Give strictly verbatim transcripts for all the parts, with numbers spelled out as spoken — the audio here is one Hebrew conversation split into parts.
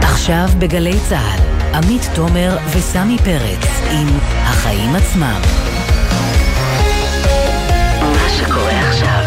עכשיו בגלי צהל, עמית תומר וסמי פרץ עם החיים עצמם. מה שקורה עכשיו.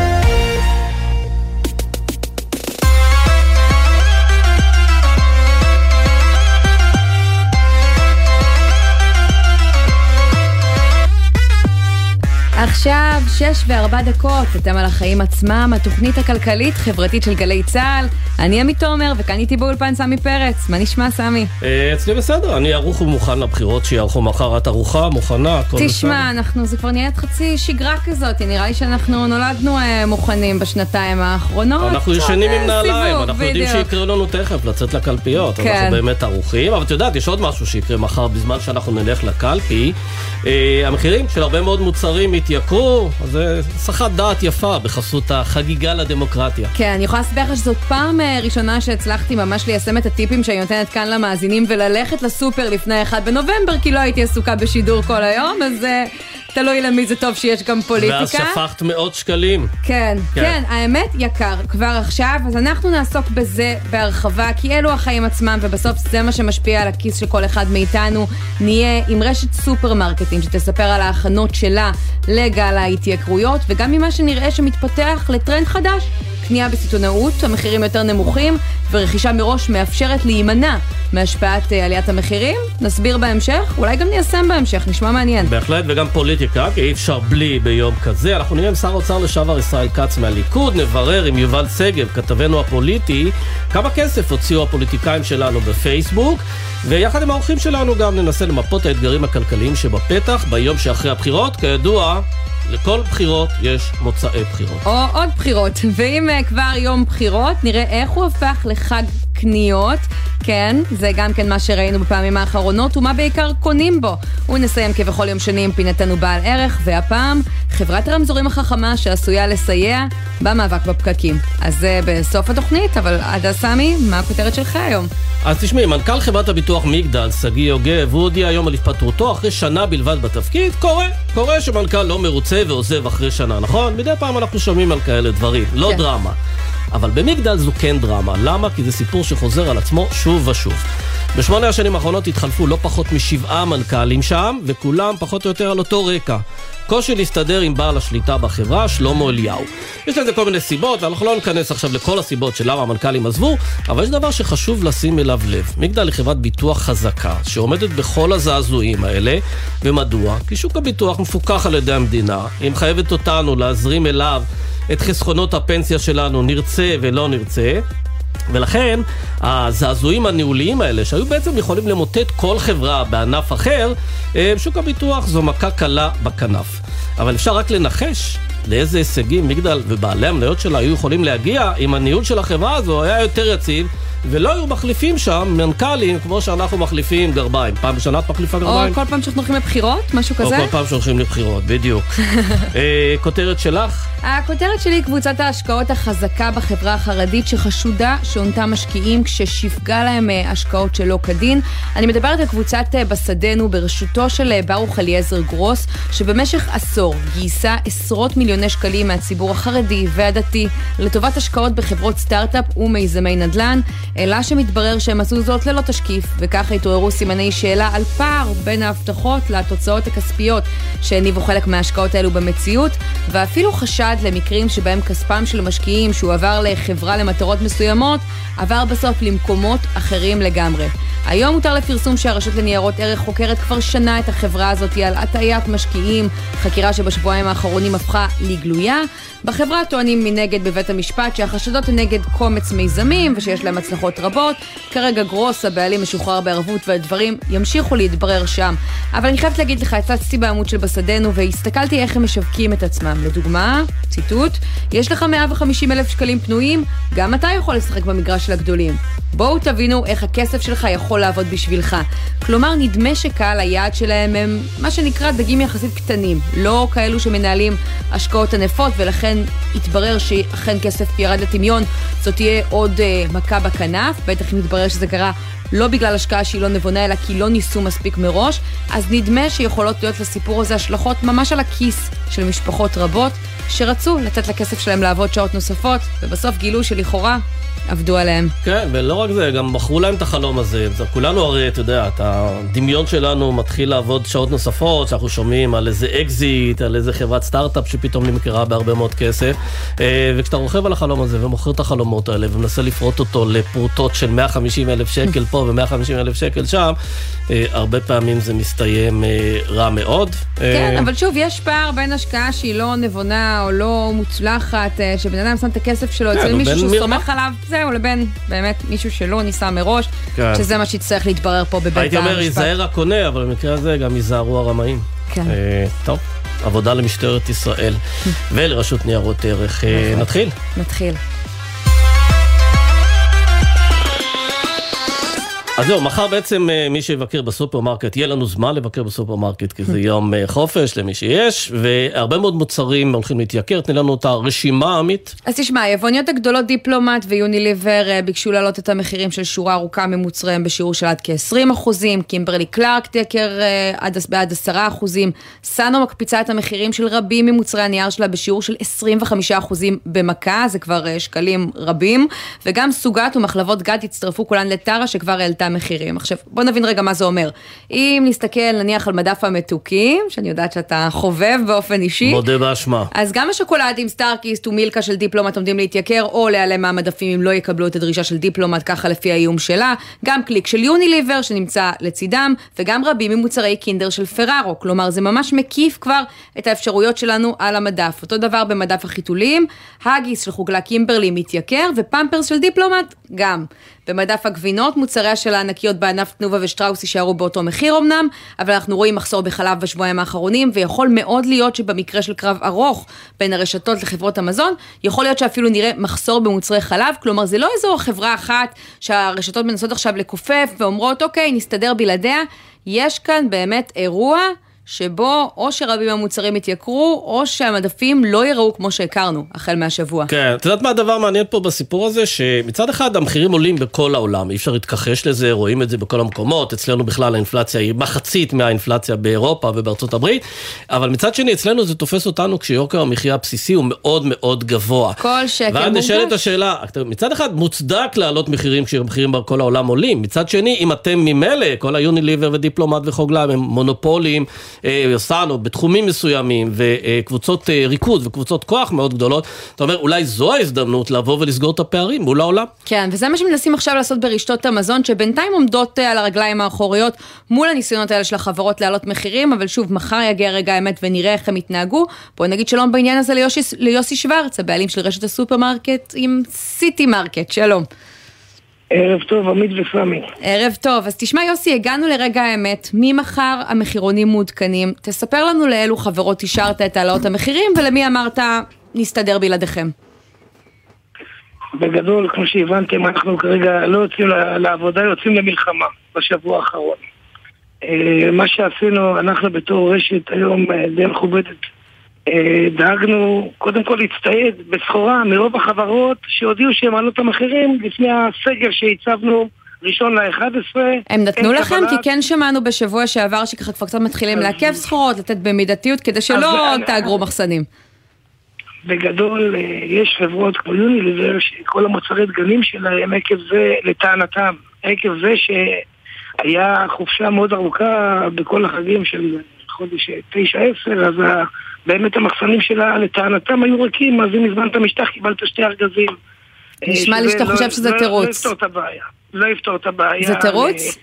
עכשיו שש וארבע דקות, אתם על החיים עצמם, התוכנית הכלכלית חברתית של גלי צהל. אני עמית תומר, וכאן איתי באולפן סמי פרץ. מה נשמע, סמי? אצלי בסדר, אני ערוך ומוכן לבחירות שיערכו מחר. את ערוכה, מוכנה, הכל בסדר. תשמע, אנחנו, זה כבר נהיית חצי שגרה כזאת, נראה לי שאנחנו נולדנו מוכנים בשנתיים האחרונות. אנחנו ישנים עם נעליים, אנחנו יודעים שיקרה לנו תכף לצאת לקלפיות, אנחנו באמת ערוכים, אבל את יודעת, יש עוד משהו שיקרה מחר בזמן שאנחנו נלך לקלפי. המחירים של הרבה מאוד מוצרים התייקרו, אז זה שחת דעת יפה בחסות החגיגה לדמוקרטיה. כן, אני יכולה לספר שזאת פעם ראשונה שהצלחתי ממש ליישם את הטיפים שאני נותנת כאן למאזינים וללכת לסופר לפני אחד בנובמבר, כי לא הייתי עסוקה בשידור כל היום, אז תלוי למי זה טוב שיש גם פוליטיקה. ואז שפכת מאות שקלים. כן, כן, כן, האמת יקר כבר עכשיו, אז אנחנו נעסוק בזה בהרחבה, כי אלו החיים עצמם, ובסוף זה מה שמשפיע על הכיס של כל אחד מאיתנו. נהיה עם רשת סופרמרקטים שתספר על ההכנות שלה לגל ההתייקרויות, וגם ממה שנראה שמתפתח לטרנד חדש. קנייה בסיטונאות, המחירים יותר נמוכים, ורכישה מראש מאפשרת להימנע מהשפעת עליית המחירים. נסביר בהמשך, אולי גם ניישם בהמשך, נשמע מעניין. בהחלט, וגם פוליטיקה, כי אי אפשר בלי ביום כזה. אנחנו נראה עם שר האוצר לשעבר ישראל כץ מהליכוד, נברר עם יובל סגב, כתבנו הפוליטי, כמה כסף הוציאו הפוליטיקאים שלנו בפייסבוק, ויחד עם האורחים שלנו גם ננסה למפות האתגרים הכלכליים שבפתח ביום שאחרי הבחירות. כידוע, לכל בחירות יש מוצאי בחירות. או עוד בחירות. ואם כבר יום בחירות, נראה איך הוא הפך לחג קניות. כן, זה גם כן מה שראינו בפעמים האחרונות, ומה בעיקר קונים בו. ונסיים כבכל יום שני עם פינתנו בעל ערך, והפעם חברת הרמזורים החכמה שעשויה לסייע במאבק בפקקים. אז זה בסוף התוכנית, אבל עד הסמי, מה הכותרת שלך היום? אז תשמעי, מנכ"ל חברת הביטוח מגדל, סגי יוגב, הוא הודיע היום על התפטרותו אחרי שנה בלבד בתפקיד. קורה, קורה שמנכ"ל לא מרוצה ועוזב אחרי שנה, נכון? מדי פעם אנחנו שומעים על כאלה דברים, לא כן. דרמה. אבל במגדל זו כן דרמה. למה? כי זה סיפור שחוזר על עצמו שוב ושוב. בשמונה השנים האחרונות התחלפו לא פחות משבעה מנכ"לים שם, וכולם פחות או יותר על אותו רקע. קושי להסתדר עם בעל השליטה בחברה, שלמה אליהו. יש לזה כל מיני סיבות, ואנחנו לא ניכנס עכשיו לכל הסיבות של למה המנכ"לים עזבו, אבל יש דבר שחשוב לשים אליו לב. מגדל היא חברת ביטוח חזקה, שעומדת בכל הזעזועים האלה, ומדוע? כי שוק הביטוח מפוקח על ידי המדינה, היא מחייבת אותנו להזרים אליו את חסכונות הפנסיה שלנו, נרצה ולא נרצה, ולכן הזעזועים הניהוליים האלה שהיו בעצם יכולים למוטט כל חברה בענף אחר, שוק הביטוח זו מכה קלה בכנף. אבל אפשר רק לנחש לאיזה הישגים מגדל ובעלי המניות שלה היו יכולים להגיע אם הניהול של החברה הזו היה יותר יציב, ולא היו מחליפים שם מנכ"לים כמו שאנחנו מחליפים גרביים. פעם בשנה את מחליפה גרביים? או כל פעם שאנחנו הולכים לבחירות, משהו כזה? או כל פעם שהולכים לבחירות, בדיוק. כותרת שלך? הכותרת שלי היא קבוצת ההשקעות החזקה בחברה החרדית שחשודה שעונתה משקיעים כששפגה להם השקעות שלא כדין. אני מדברת על קבוצת בסדנו בראשותו של ברוך אליעזר גרוס, שבמשך עשור גייסה עשרות מיליוני שקלים מהציבור החרדי והדתי לטובת השקעות בחברות סטארט-אפ ומיזמי נדל"ן, אלא שמתברר שהם עשו זאת ללא תשקיף, וככה התעוררו סימני שאלה על פער בין ההבטחות לתוצאות הכספיות שהניבו חלק מההשקעות האלו במציאות, ואפילו חשד למקרים שבהם כספם של משקיעים שהוא עבר לחברה למטרות מסוימות, עבר בסוף למקומות אחרים לגמרי. היום מותר לפרסום שהרשות לניירות ערך חוקרת כבר שנה את החברה הזאת על הטעיית משקיעים, חקירה שבשבועיים האחרונים הפכה לגלויה. בחברה טוענים מנגד בבית המשפט שהחשדות נגד קומץ מיזמים ושיש להם הצלחות רבות. כרגע גרוס, הבעלים, משוחרר בערבות, והדברים ימשיכו להתברר שם. אבל אני חייבת להגיד לך, הצצתי בעמוד של בסדנו והסתכלתי איך הם משווקים את עצמם. לדוגמה, ציטוט, יש לך מאה וחמישים אלף שקלים פנויים, גם אתה יכול לשחק במגרש של הגדולים. בואו תבינו איך הכסף שלך יכול לעבוד בשבילך. כלומר, נדמה שקהל היעד שלהם הם מה שנקרא דגים יחסית קטנים, לא כאלו שמנהלים השקעות ענפות, ולכן אכן יתברר שאכן כסף ירד לטמיון, זאת תהיה עוד uh, מכה בכנף, בטח אם יתברר שזה קרה לא בגלל השקעה שהיא לא נבונה, אלא כי לא ניסו מספיק מראש, אז נדמה שיכולות להיות לסיפור הזה השלכות ממש על הכיס של משפחות רבות, שרצו לתת לכסף שלהם לעבוד שעות נוספות, ובסוף גילו שלכאורה עבדו עליהם. כן, ולא רק זה, גם בחרו להם את החלום הזה. כולנו הרי, אתה יודע, הדמיון שלנו מתחיל לעבוד שעות נוספות, שאנחנו שומעים על איזה אקזיט, על איזה חברת סטארט-אפ שפתאום נמכרה בהרבה מאוד כסף, וכשאתה רוכב על החלום הזה ומוכר את החלומות האלה ומנסה לפרוט אותו לפרוטות של מאה וחמישים אלף שקל פה ו-מאה וחמישים אלף שקל שם, הרבה פעמים זה מסתיים רע מאוד. כן, אבל שוב, יש פער בין השקעה שהיא לא נבונה או לא מוצלחת, שבן אדם שם את הכסף שלו אצל מישהו שהוא סומך עליו, זהו, לבין באמת מישהו שלא ניסה מראש, שזה מה שיצטרך להתברר פה בבית המשפט. הייתי אומר, ייזהר הקונה, אבל במקרה הזה גם ייזהרו הרמאים. כן. טוב, עבודה למשטרת ישראל ולרשות ניירות ערך. נתחיל? נתחיל. אז זהו, מחר בעצם מי שיבקר בסופרמרקט, יהיה לנו זמן לבקר בסופרמרקט, כי זה יום חופש למי שיש, והרבה מאוד מוצרים הולכים להתייקר. תני לנו את הרשימה, עמית. אז תשמע, היבואניות הגדולות דיפלומט ויוניליבר ביקשו להעלות את המחירים של שורה ארוכה ממוצריהם בשיעור של עד כ-עשרים אחוזים, קימברלי קלארק תייקר בעד עשרה אחוזים, סאנו מקפיצה את המחירים של רבים ממוצרי הנייר שלה בשיעור של עשרים וחמישה אחוזים במכה, זה כבר שקלים רבים, וגם סוגת ומחלבות גד הצטרפו כולן לטרה שכבר העלתה מחירים. עכשיו, בוא נבין רגע מה זה אומר. אם נסתכל נניח על מדף המתוקים, שאני יודעת שאתה חובב באופן אישי. מודה באשמה. אז גם השוקולדים, סטארקיסט ומילקה של דיפלומט עומדים להתייקר, או להיעלם מהמדפים אם לא יקבלו את הדרישה של דיפלומט, ככה לפי האיום שלה. גם קליק של יוניליבר שנמצא לצידם, וגם רבים ממוצרי קינדר של פרארו. כלומר, זה ממש מקיף כבר את האפשרויות שלנו על המדף. אותו דבר במדף החיתולים, הגיס של חוגלה קימברלי מתייקר, ופמפרס של דיפלומט גם. במדף הגבינות, מוצריה של הענקיות בענף תנובה ושטראוס יישארו באותו מחיר אמנם, אבל אנחנו רואים מחסור בחלב בשבועיים האחרונים, ויכול מאוד להיות שבמקרה של קרב ארוך בין הרשתות לחברות המזון, יכול להיות שאפילו נראה מחסור במוצרי חלב, כלומר זה לא איזו חברה אחת שהרשתות מנסות עכשיו לקופף ואומרות, אוקיי, נסתדר בלעדיה, יש כאן באמת אירוע שבו או שרבים המוצרים יתייקרו, או שהמדפים לא יראו כמו שהכרנו, החל מהשבוע. כן, את יודעת מה הדבר המעניין פה בסיפור הזה? שמצד אחד המחירים עולים בכל העולם, אי אפשר להתכחש לזה, רואים את זה בכל המקומות, אצלנו בכלל האינפלציה היא מחצית מהאינפלציה באירופה ובארצות הברית, אבל מצד שני אצלנו זה תופס אותנו כשיוקר המחיה הבסיסי הוא מאוד מאוד גבוה. כל שקל מורגש. ואז נשאלת השאלה, מצד אחד מוצדק להעלות מחירים כשהמחירים בכל העולם עולים, מצד שני, אם אתם ממילא, כל היוניליבר ודיפלומט וחוגלה הם מונופולים, סאנו, בתחומים מסוימים, וקבוצות ריכוז וקבוצות כוח מאוד גדולות, אתה אומר, אולי זו ההזדמנות לבוא ולסגור את הפערים מול העולם. כן, וזה מה שמנסים עכשיו לעשות ברשתות המזון, שבינתיים עומדות על הרגליים האחוריות, מול הניסיונות האלה של החברות להעלות מחירים, אבל שוב, מחר יגיע רגע האמת ונראה איך הם יתנהגו. בואו נגיד שלום בעניין הזה ליוסי, ליוסי שוורץ, הבעלים של רשת הסופרמרקט עם סיטי מרקט. שלום. ערב טוב, עמית וסמי. ערב טוב. אז תשמע יוסי, הגענו לרגע האמת, ממחר המחירונים מעודכנים. תספר לנו לאלו חברות השארת את העלאות המחירים, ולמי אמרת נסתדר בלעדיכם. בגדול, כמו שהבנתם, אנחנו כרגע לא יוצאים לעבודה, יוצאים למלחמה בשבוע האחרון. מה שעשינו, אנחנו בתור רשת היום די מכובדת, דאגנו קודם כל להצטייד בסחורה מרוב החברות שהודיעו שהם עלו את המחירים לפני הסגר שהצבנו ראשון ל-אחד עשר. הם נתנו לכם? כי כן שמענו בשבוע שעבר שככה כבר קצת מתחילים לעכב סחורות, לתת במידתיות כדי שלא תאגרו מחסנים. בגדול יש חברות כמו יוניליבר שכל המוצרי דגנים שלהם עקב זה לטענתם, עקב זה שהיה חופשה מאוד ארוכה בכל החגים של חודש תשע עשר, אז באמת המחסנים שלה לטענתם היו ריקים, אז אם הזמנת משטח קיבלת שתי ארגזים. נשמע לי שאתה חושב שזה תירוץ. לא יפתור את הבעיה. לא יפתור את הבעיה. זה תירוץ?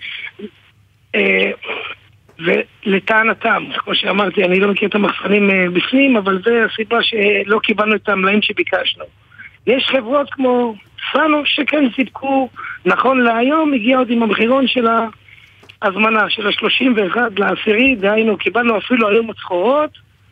ולטענתם, כמו שאמרתי, אני לא מכיר את המחסנים בפנים, אבל זה הסיבה שלא קיבלנו את המלאים שביקשנו. יש חברות כמו סאנו שכן סיפקו, נכון להיום הגיע עוד עם המחירון של ההזמנה של ה-שלושים ואחד לעשירי, דהיינו קיבלנו אפילו היום סחורות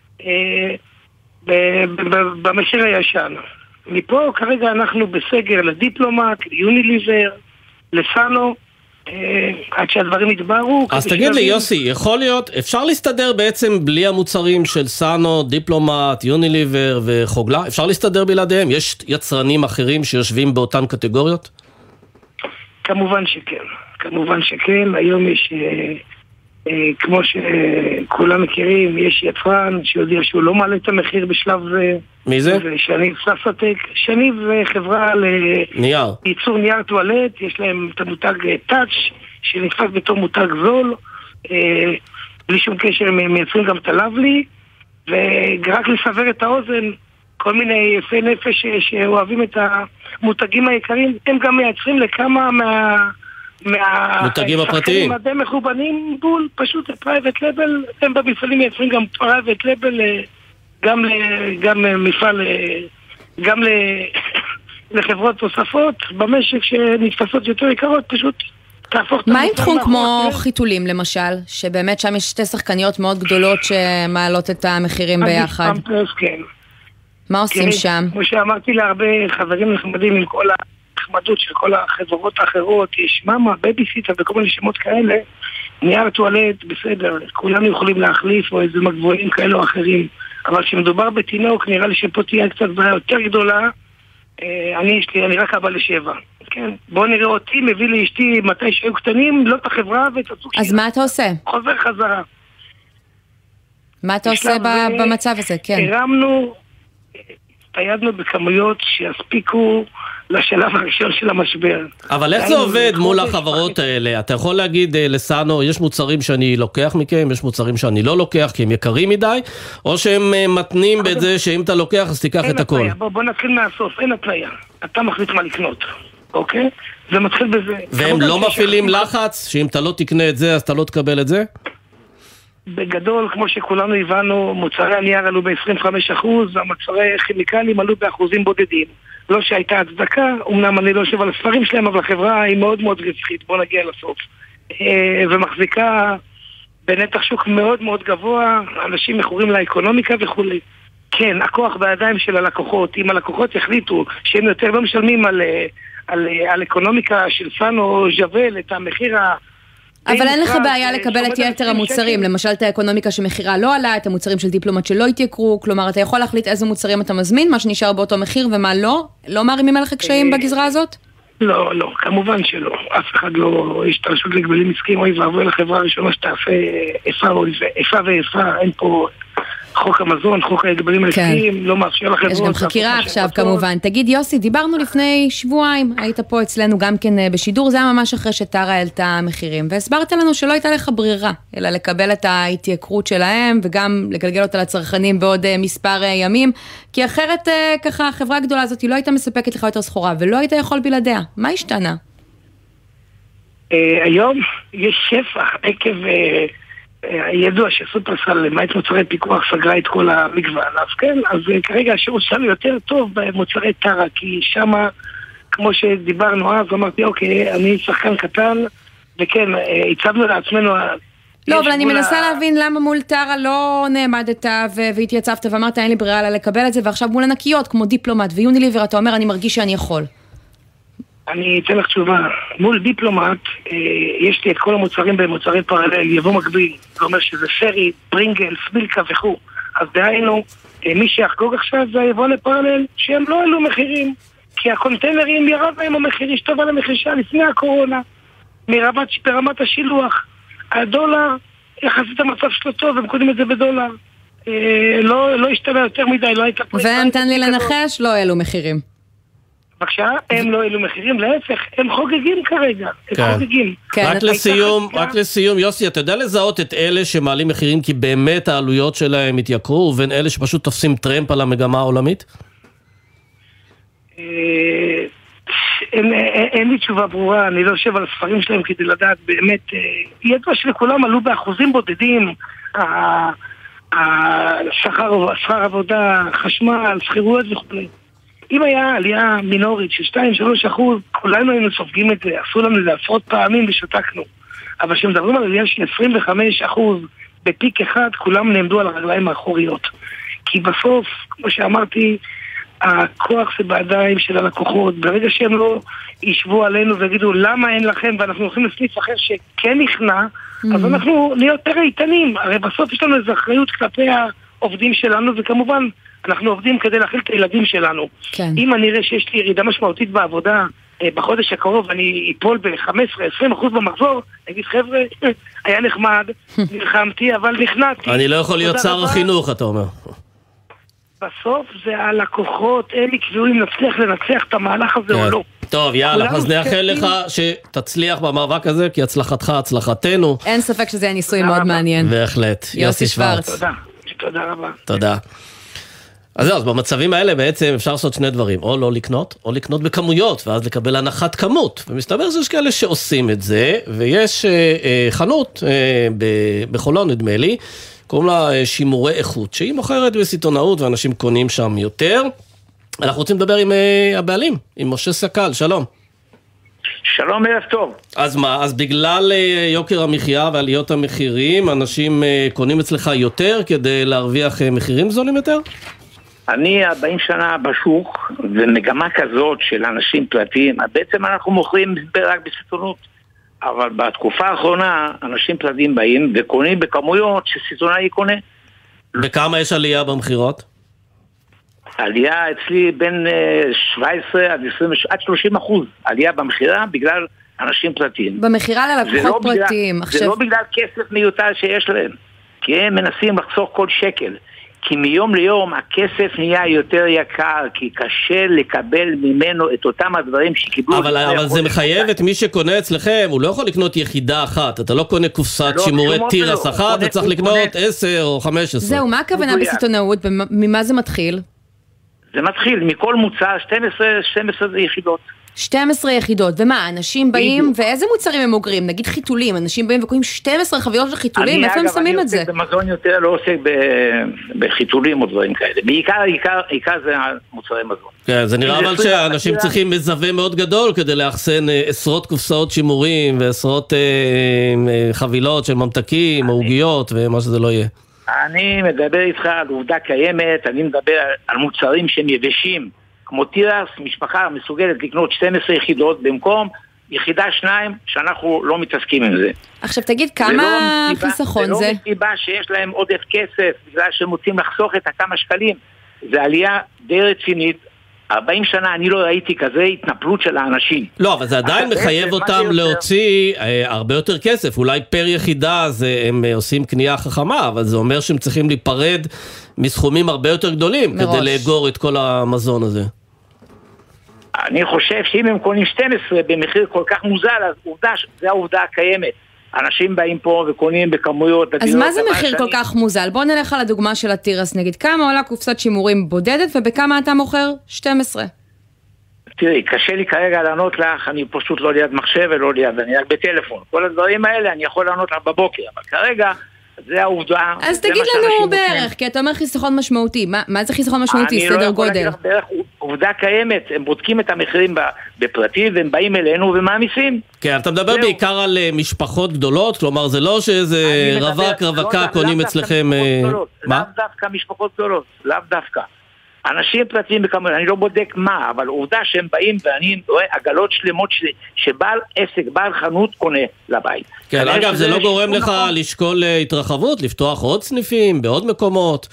במחיר הישן. מפה כרגע אנחנו בסגר לדיפלומט, ליוניליבר, לסאנו, עד שהדברים יתבהרו. אז תגיד לי יוסי, יכול להיות, אפשר להסתדר בעצם בלי המוצרים של סאנו, דיפלומט, יוניליבר וחוגלה? אפשר להסתדר בלעדיהם? יש יצרנים אחרים שיושבים באותן קטגוריות? כמובן שכן, כמובן שכן. היום יש, כמו שכולם מכירים, יש יצרן שיודע שהוא לא מעלה את המחיר בשלב זה. מי זה? זה שניב ססטק. שניב חברה לייצור ייצור נייר טואלט, יש להם את המותג טאץ' שנתפס בתור מותג זול, בלי שום קשר הם מייצרים גם את הלבלי, ורק לסבר את האוזן, כל מיני יפי נפש שאוהבים את המותגים היקרים, הם גם מייצרים לכמה מה... מותגים הפרטיים. מהשחקנים הדי מחובנים בול, פשוט פרייבט לבל, הם במפעלים מייצרים גם פרייבט לבל, גם, גם מפעל, גם לחברות תוספות במשק שנתפסות יותר יקרות, פשוט תהפוך... מה עם תחום כמו חיתולים למשל, שבאמת שם יש שתי שחקניות מאוד גדולות שמעלות את המחירים ביחד? כן. מה עושים שם? כמו שאמרתי להרבה חברים נחמדים עם כל הנחמדות של כל החברות האחרות, יש מאמה, בייביסיטר וכל מיני שמות כאלה, נייר טואלט, בסדר, כולנו יכולים להחליף או איזה מגבוהים כאלה או אחרים, אבל כשמדובר בתינוק, נראה לי שפה תהיה קצת בעיה יותר גדולה. אני יש לי, אני רק אבא לשבע. כן, בוא נראה אותי, מביא לאשתי מתי שהיו קטנים, לא את החברה ואת הסוג שלה. אז מה אתה עושה? חוזר חזרה. מה אתה עושה במצב הזה? כן. הרמנו, תיידנו בכמויות שיספיקו לשלב הראשון של המשבר. אבל איך זה עובד מול החברות האלה? אתה יכול להגיד לסאנו, יש מוצרים שאני לוקח מכם, יש מוצרים שאני לא לוקח כי הם יקרים מדי, או שהם מתנים בזה שאם אתה לוקח אז תיקח את הכל? בוא נתחיל מהסוף, אין התניה. אתה מחליט מה לקנות, אוקיי? זה מתחיל בזה. והם לא מפעילים לחץ, שאם אתה לא תקנה את זה אז אתה לא תקבל את זה? בגדול, כמו שכולנו הבנו, מוצרי הנייר עלו ב-עשרים וחמישה אחוז, והמוצרי כימיקלים עלו באחוזים בודדים. לא שהייתה הצדקה, אמנם אני לא יושב על הספרים שלהם, אבל החברה היא מאוד מאוד רווחית, בוא נגיע לסוף. ומחזיקה בנתח שוק מאוד מאוד גבוה, אנשים מכורים לאקונומיקה וכו'. כן, הכוח בידיים של הלקוחות, אם הלקוחות יחליטו שהם יותר לא משלמים על, על, על אקונומיקה של סאנו או ז'בל, את המחיר ה... אבל אין לך בעיה לקבל את יתר המוצרים, למשל את האקונומיקה שמחירה לא עלה, את המוצרים של דיפלומט שלא התייקרו, כלומר אתה יכול להחליט איזה מוצרים אתה מזמין, מה שנשאר באותו מחיר ומה לא? לא מערימים עליך קשיים בגזרה הזאת? לא, לא, כמובן שלא. אף אחד לא יש תרשות לגבלים עסקיים, אוי ועבוי לחברה הראשונה שתעשה איפה ואיפה, אין פה... חוק המזון, חוק ההגבלים העסקיים, לא מאפשר לחברות. יש גם חקירה עכשיו כמובן. תגיד יוסי, דיברנו לפני שבועיים, היית פה אצלנו גם כן בשידור, זה היה ממש אחרי שטרה העלתה המחירים, והסברת לנו שלא הייתה לך ברירה, אלא לקבל את ההתייקרות שלהם, וגם לגלגל אותה לצרכנים בעוד מספר ימים, כי אחרת ככה החברה הגדולה הזאת לא הייתה מספקת לך יותר סחורה, ולא היית יכול בלעדיה. מה השתנה? היום יש שפע עקב... ידוע שסופרסל למעט מוצרי פיקוח סגרה את כל המגוון, אז כן, אז כרגע השירות שלנו יותר טוב במוצרי טרה, כי שמה, כמו שדיברנו אז, אמרתי, אוקיי, אני שחקן קטן, וכן, הצבנו לעצמנו... לא, אבל אני מנסה להבין למה מול טרה לא נעמדת והתייצבת ואמרת, אין לי ברירה לה לקבל את זה, ועכשיו מול ענקיות כמו דיפלומט ויוניליבר, אתה אומר, אני מרגיש שאני יכול. אני אתן לך תשובה. מול דיפלומט, אה, יש לי את כל המוצרים במוצרי פרלל, יבוא מקביל. זה אומר שזה שרי, ברינגל, סמילקה וכו'. אז דהיינו, אה, מי שיחגוג עכשיו זה היבוא לפרלל, שהם לא עלו מחירים. כי הקונטיינרים ירד בהם המחיר, ישתוב על המחישה לפני הקורונה. מרמת, ברמת השילוח. הדולר, יחסית המצב שלו טוב, הם קונים את זה בדולר. אה, לא, לא השתנה יותר מדי, לא הייתה... והם תן לי לנחש, לא העלו מחירים. בבקשה, הם לא העלו מחירים, להפך, הם חוגגים כרגע, הם חוגגים. רק לסיום, רק לסיום, יוסי, אתה יודע לזהות את אלה שמעלים מחירים כי באמת העלויות שלהם התייקרו, ובין אלה שפשוט תופסים טרמפ על המגמה העולמית? אין לי תשובה ברורה, אני לא יושב על הספרים שלהם כדי לדעת באמת, ידוע שלכולם עלו באחוזים בודדים, שכר עבודה, חשמל, שכירויות וכו'. אם היה עלייה מינורית של שתיים שלוש אחוז, כולנו היינו סופגים את זה, עשו לנו לעשרות פעמים ושתקנו. אבל כשמדברים על עלייה של עשרים וחמישה אחוז בפיק אחד, כולם נעמדו על הרגליים האחוריות. כי בסוף, כמו שאמרתי, הכוח זה בידיים של הלקוחות. ברגע שהם לא ישבו עלינו ויגידו למה אין לכם, ואנחנו הולכים לסניף אחר שכן נכנע, mm-hmm. אז אנחנו נהיה יותר איתנים. הרי בסוף יש לנו איזו אחריות כלפי העובדים שלנו, וכמובן אנחנו עובדים כדי להכיל את הילדים שלנו. כן. אם אני אראה שיש לי ירידה משמעותית בעבודה אה, בחודש הקרוב, אני אפול ב-חמש עשרה עשרים אחוז במחזור, נגיד חבר'ה, היה נחמד, נלחמתי, אבל נכנעתי. אני לא יכול להיות שר החינוך, אתה אומר. בסוף זה הלקוחות, הם יקבעו אם נצליח לנצח את המהלך הזה או לא. טוב, יאללה, אז נאחל לך שתצליח במאבק הזה, כי הצלחתך, הצלחתנו. אין ספק שזה היה ניסוי מאוד מעניין. בהחלט. יוסי שוורץ. תודה. תודה רבה. תודה. אז זהו, אז במצבים האלה בעצם אפשר לעשות שני דברים, או לא לקנות, או לקנות בכמויות, ואז לקבל הנחת כמות. ומסתבר שיש כאלה שעושים את זה, ויש אה, אה, חנות אה, בחולון, נדמה לי, קוראים לה שימורי איכות, שהיא מוכרת בסיטונאות, ואנשים קונים שם יותר. אנחנו רוצים לדבר עם אה, הבעלים, עם משה סקל, שלום. שלום, ערב טוב. אז מה, אז בגלל אה, יוקר המחיה ועליות המחירים, אנשים אה, קונים אצלך יותר כדי להרוויח אה, מחירים זולים יותר? אני ארבעים שנה בשוק, ומגמה כזאת של אנשים פרטיים, בעצם אנחנו מוכרים רק בסיטונות, אבל בתקופה האחרונה אנשים פרטיים באים וקונים בכמויות שסיטונאי קונה. בכמה יש עלייה במחירות? עלייה אצלי בין שבע עשרה עד עשרים עד שלושים אחוז, עלייה במחירה בגלל אנשים פרטיים. במחירה ללקוחות פרטיים. זה עכשיו... לא בגלל כסף מיותר שיש להם, כי הם מנסים לחסוך כל שקל. כי מיום ליום הכסף נהיה יותר יקר, כי קשה לקבל ממנו את אותם הדברים שקיבלו. אבל, אבל זה מחייב את מי שקונה אצלכם, הוא לא יכול לקנות יחידה אחת, אתה לא קונה קופסת לא, שימורי תירס אחת, אתה צריך לקנות עשר או חמש עשרה. זהו, מה הכוונה בסיטונאות? ממה זה מתחיל? זה מתחיל מכל מוצר שתים עשרה יחידות. שתים עשרה יחידות, ומה, אנשים באים, ואיזה מוצרים הם אוגרים? נגיד חיתולים, אנשים באים וקוראים שתים עשרה חביות של חיתולים, איפה הם שמים את זה? אני אגב, אני עוסק במזון יותר, לא עוסק בחיתולים או דברים כאלה. בעיקר, בעיקר זה מוצרי מזון. כן, זה נראה אבל שאנשים צריכים מזווה מאוד גדול כדי לאחסן עשרות קופסאות שימורים, ועשרות חבילות של ממתקים, או עוגיות, ומה שזה לא יהיה. אני מדבר איתך על עובדה קיימת, אני מדבר על מוצרים שהם יבשים, כמו תירס, משפחה מסוגלת לקנות שתים עשרה יחידות במקום יחידה שניים, שאנחנו לא מתעסקים עם זה. עכשיו תגיד, כמה חיסכון זה? זה לא מסיבה שיש להם עודף כסף, בגלל שהם רוצים לחסוך את הכמה שקלים. זה עלייה די רצינית. ארבעים שנה אני לא ראיתי כזה התנפלות של האנשים. לא, אבל זה עדיין מחייב אותם להוציא הרבה יותר כסף. אולי פר יחידה הם עושים קנייה חכמה, אבל זה אומר שהם צריכים להיפרד מסכומים הרבה יותר גדולים, כדי לאגור את כל המזון הזה. אני חושב שאם הם קונים שתים עשרה במחיר כל כך מוזל, אז עובדה, זה העובדה הקיימת. אנשים באים פה וקונים בכמויות. אז מה זה מחיר כל כך מוזל? בוא נלך על הדוגמה של הטירס, נגיד כמה עולה קופסת שימורים בודדת ובכמה אתה מוכר? שתים עשרה. תראי, קשה לי כרגע לענות לך, אני פשוט לא ליד מחשב ולא ליד, אני רק בטלפון. כל הדברים האלה אני יכול לענות לך בבוקר, אבל כרגע זה העובדה. אז תגיד לנו בערך, כי אתה אומר חיסכון משמעותי. מה, מה זה חיסכון משמעותי? סדר גודל. אני לא יכול להגיד לך בערך, עובדה קיימת. הם בודקים את המחירים בפרטי, והם באים אלינו ומעמיסים. כן, אתה מדבר בעיקר על משפחות גדולות, כלומר זה לא שאיזה רווק, רווקה קונים אצלכם... לאו דווקא משפחות גדולות, לאו דווקא. אנשים פרטיים בכמובן, אני לא בודק מה, אבל עובדה שהם באים ואני רואה עגלות שלמות שבעל עסק, בעל חנות קונה לבית. כן, אגב, זה לא גורם לך לשקול התרחבות, לפתוח עוד סניפים בעוד מקומות?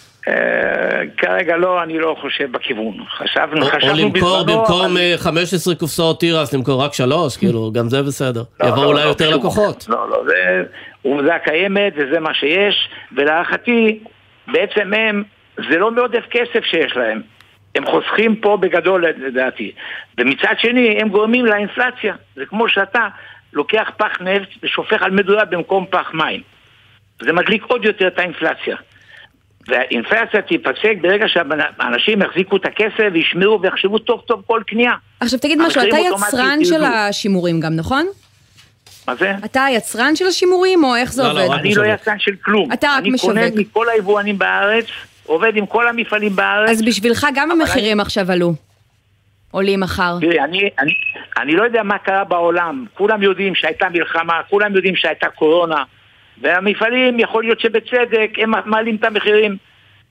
כרגע לא, אני לא חושב בכיוון. חשבנו, חשבנו או למכור במקום חמש עשרה קופסאות תירס, למכור רק שלוש, כאילו, גם זה בסדר. יבוא אולי יותר לקוחות. לא, לא, זה עובדה קיימת וזה מה שיש, ולהערכתי, בעצם הם זה לא מעודף כסף שיש להם. הם חוסכים פה בגדול לדעתי. ומצד שני, הם גורמים לאינפלציה. זה כמו שאתה לוקח פח נפט ושופך על מדורה במקום פח מים. זה מדליק עוד יותר את האינפלציה. והאינפלציה תיפסק ברגע שהאנשים יחזיקו את הכסף וישמרו ויחשבו טוב טוב כל קנייה. עכשיו תגיד משהו, אתה יצרן של השימורים גם, נכון? מה זה? אתה היצרן של השימורים או איך זה לא, עובד? לא, אני לא יצרן של כלום. אתה רק משווק. אני קונה מכל היבואנים בארץ, עובד עם כל המפעלים בארץ. אז בשבילך גם המחירים אני... עכשיו עלו. עולים מחר. תראי, אני, אני, אני לא יודע מה קרה בעולם. כולם יודעים שהייתה מלחמה, כולם יודעים שהייתה קורונה, והמפעלים יכול להיות שבצדק הם מעלים את המחירים.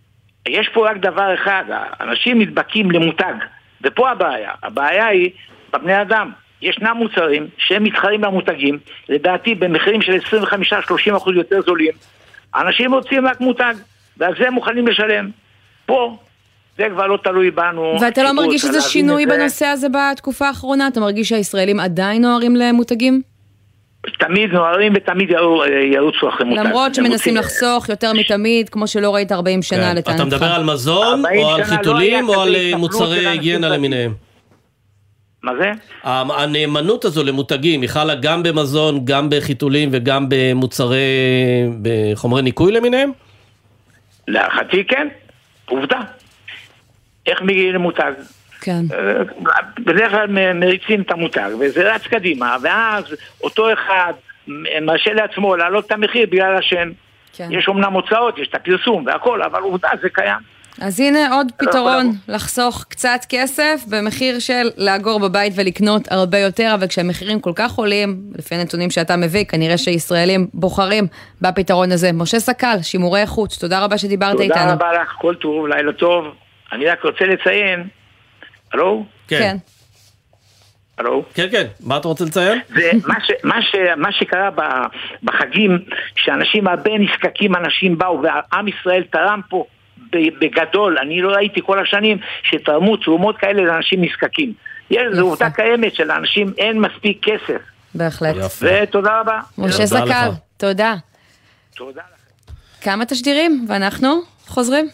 יש פה רק דבר אחד, אנשים נדבקים למותג, ופה הבעיה. הבעיה היא בבני אדם. ישנם מוצרים שהם מתחרים למותגים, לדעתי במחירים של עשרים וחמישה עד שלושים אחוז יותר זולים. אנשים רוצים רק מותג, ועל זה מוכנים לשלם. פה, זה כבר לא תלוי בנו. ואתה לא מרגיש שזה שינוי בנושא הזה בתקופה האחרונה? אתה מרגיש שהישראלים עדיין נוערים למותגים? תמיד נוערים ותמיד ירוצו אחרי מותג. למרות שמנסים לחסוך יותר מתמיד, כמו שלא ראית ארבעים שנה לטענתך. אתה מדבר על מזון, או על חיתולים, או על מוצרי היגיינה למיניהם? מה זה? הנאמנות הזו למותגים, היא חלה גם במזון, גם בחיתולים וגם במוצרי, בחומרי ניקוי למיניהם? להערכתי כן, עובדה. איך מגיעים למותג? כן. בדרך כלל מריצים את המותג, וזה רץ קדימה, ואז אותו אחד מרשה לעצמו להעלות את המחיר בגלל השם. כן. יש אומנם הוצאות, יש את הפרסום והכל, אבל עובדה, זה קיים. אז הנה עוד פתרון, לחסוך קצת כסף במחיר של לאגור בבית ולקנות הרבה יותר, אבל כשהמחירים כל כך עולים, לפי הנתונים שאתה מביא, כנראה שישראלים בוחרים בפתרון הזה. משה סקל, שימורי איכות, תודה רבה שדיברת איתנו. תודה רבה לך, כל טוב, לילה טוב. אני רק רוצה לציין, הלו? כן. הלו? כן, כן, מה אתה רוצה לציין? זה מה, ש, מה, ש, מה שקרה בחגים, שאנשים הרבה נזקקים, אנשים באו, והעם ישראל תרם פה, בגדול, אני לא ראיתי כל השנים שתרמו תרומות כאלה לאנשים נזקקים. יש זו עובדה קיימת שלאנשים אין מספיק כסף. בהחלט. ותודה רבה. משה סקל, תודה. תודה לכם. כמה תשדירים, ואנחנו חוזרים.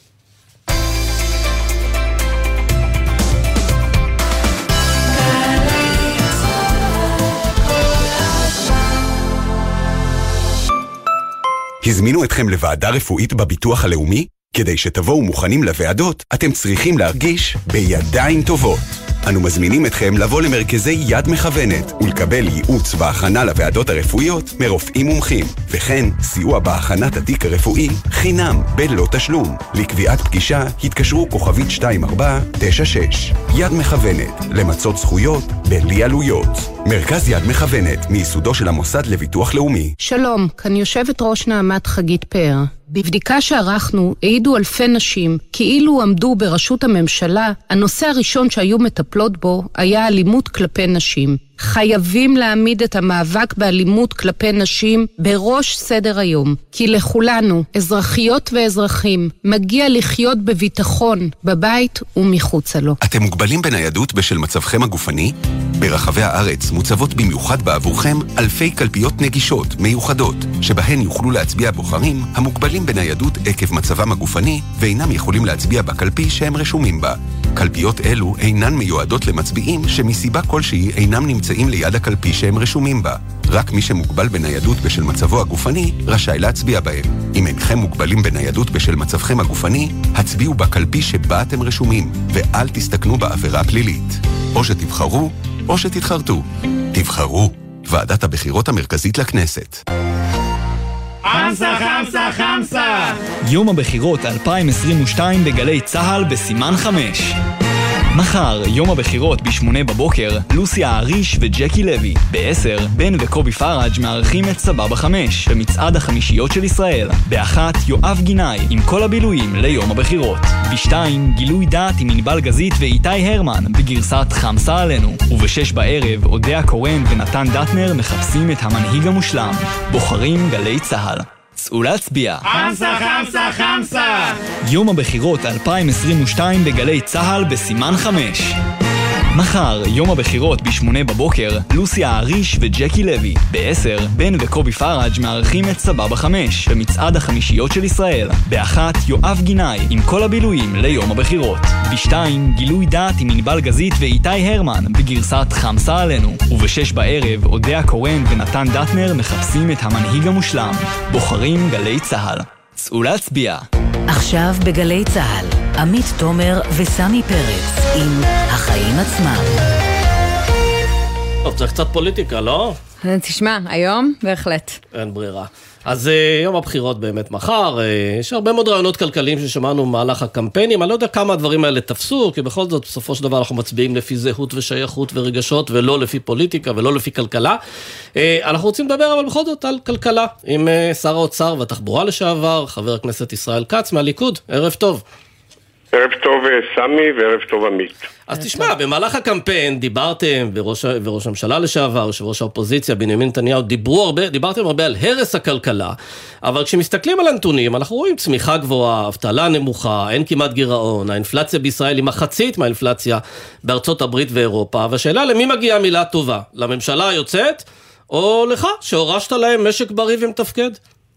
הזמינו אתכם לוועדה רפואית בביטוח הלאומי? כדי שתבואו מוכנים לוועדות, אתם צריכים להרגיש בידיים טובות. אנו מזמינים אתכם לבוא למרכזי יד מכוונת ולקבל ייעוץ והכנה לוועדות הרפואיות מרופאים מומחים, וכן סיוע בהכנת התיק הרפואי חינם בלא תשלום. לקביעת פגישה התקשרו כוכבית שתיים ארבע תשע שש. יד מכוונת, למצות זכויות בלי עלויות. מרכז יד מכוונת, מיסודו של המוסד לביטוח לאומי. שלום, כאן יושבת ראש נעמת חגית פאר. בבדיקה שערכנו העידו אלפי נשים כאילו עמדו בראשות הממשלה, הנושא הראשון שהיו מטפלות בו היה אלימות כלפי נשים. חייבים להעמיד את המאבק באלימות כלפי נשים בראש סדר היום, כי לכולנו, אזרחיות ואזרחים, מגיע לחיות בביטחון בבית ומחוצה לו. אתם מוגבלים בניידות בשל מצבכם הגופני? ברחבי הארץ מוצבות במיוחד בעבורכם אלפי קלפיות נגישות מיוחדות, שבהן יוכלו להצביע בוחרים המוגבלים בניידות עקב מצבם הגופני ואינם יכולים להצביע בקלפי שהם רשומים בה. קלפיות אלו אינן מיועדות למצביעים שמסיבה כלשהי אינם נמצאים ליד הקלפי שהם רשומים בה. רק מי שמוגבל בניידות בשל מצבו הגופני רשאי להצביע בהם. אם אינכם מוגבלים בניידות בשל מצבכם הגופני, הצביעו בקלפי שבה אתם רשומים, ואל תסתכנו בעבירה פלילית. או שתבחרו, או שתתחרטו. תבחרו. ועדת הבחירות המרכזית לכנסת. חמסה, חמסה, חמסה! יום הבחירות אלפיים עשרים ושתיים בגלי צהל בסימן חמש. מחר, יום הבחירות בשמונה בבוקר, לוסיה האריש וג'קי לוי. בעשר, בן וקובי פראג' מארחים את סבבה חמש, במצעד החמישיות של ישראל. באחת, יואב גינאי, עם כל הבילויים ליום הבחירות. בשתיים, גילוי דעת עם ענבל גזית ואיתי הרמן, בגרסת חמסה עלינו. ובשש בערב, אודיה קורן ונתן דטנר מחפשים את המנהיג המושלם. בוחרים גלי צהל. צאו להצביע. חמסה, חמסה, חמסה! יום הבחירות אלפיים עשרים ושתיים בגלי צהל בסימן חמש. מחר, יום הבחירות בשמונה בבוקר, לוסיה האריש וג'קי לוי. בעשר, בן וקובי פראג' מארחים את סבבה חמש, במצעד החמישיות של ישראל. באחת, יואב גינאי, עם כל הבילויים ליום הבחירות. בשתיים, גילוי דעת עם ענבל גזית ואיתי הרמן, בגרסת חמסה עלינו. ובשש בערב, אודיה קורן ונתן דטנר מחפשים את המנהיג המושלם. בוחרים גלי צהל. צאו להצביע. עכשיו בגלי צהל, עמית תומר וסמי פרץ עם החיים עצמם. טוב, צריך קצת פוליטיקה, לא? תשמע, היום בהחלט. אין ברירה. אז יום הבחירות באמת מחר, יש הרבה מאוד רעיונות כלכליים ששמענו במהלך הקמפיינים, אני לא יודע כמה הדברים האלה תפסו, כי בכל זאת בסופו של דבר אנחנו מצביעים לפי זהות ושייכות ורגשות, ולא לפי פוליטיקה ולא לפי כלכלה. אנחנו רוצים לדבר אבל בכל זאת על כלכלה, עם שר האוצר והתחבורה לשעבר, חבר הכנסת ישראל כץ מהליכוד. ערב טוב. ערב טוב סמי וערב טוב עמית. אז תשמע, במהלך הקמפיין דיברתם, וראש, וראש הממשלה לשעבר, יושב ראש האופוזיציה, בנימין נתניהו, דיברו הרבה, דיברתם הרבה על הרס הכלכלה, אבל כשמסתכלים על הנתונים, אנחנו רואים צמיחה גבוהה, אבטלה נמוכה, אין כמעט גירעון, האינפלציה בישראל היא מחצית מהאינפלציה בארצות הברית ואירופה, והשאלה למי מגיעה מילה טובה? לממשלה היוצאת, או לך, שהורשת להם משק בריא ומתפקד?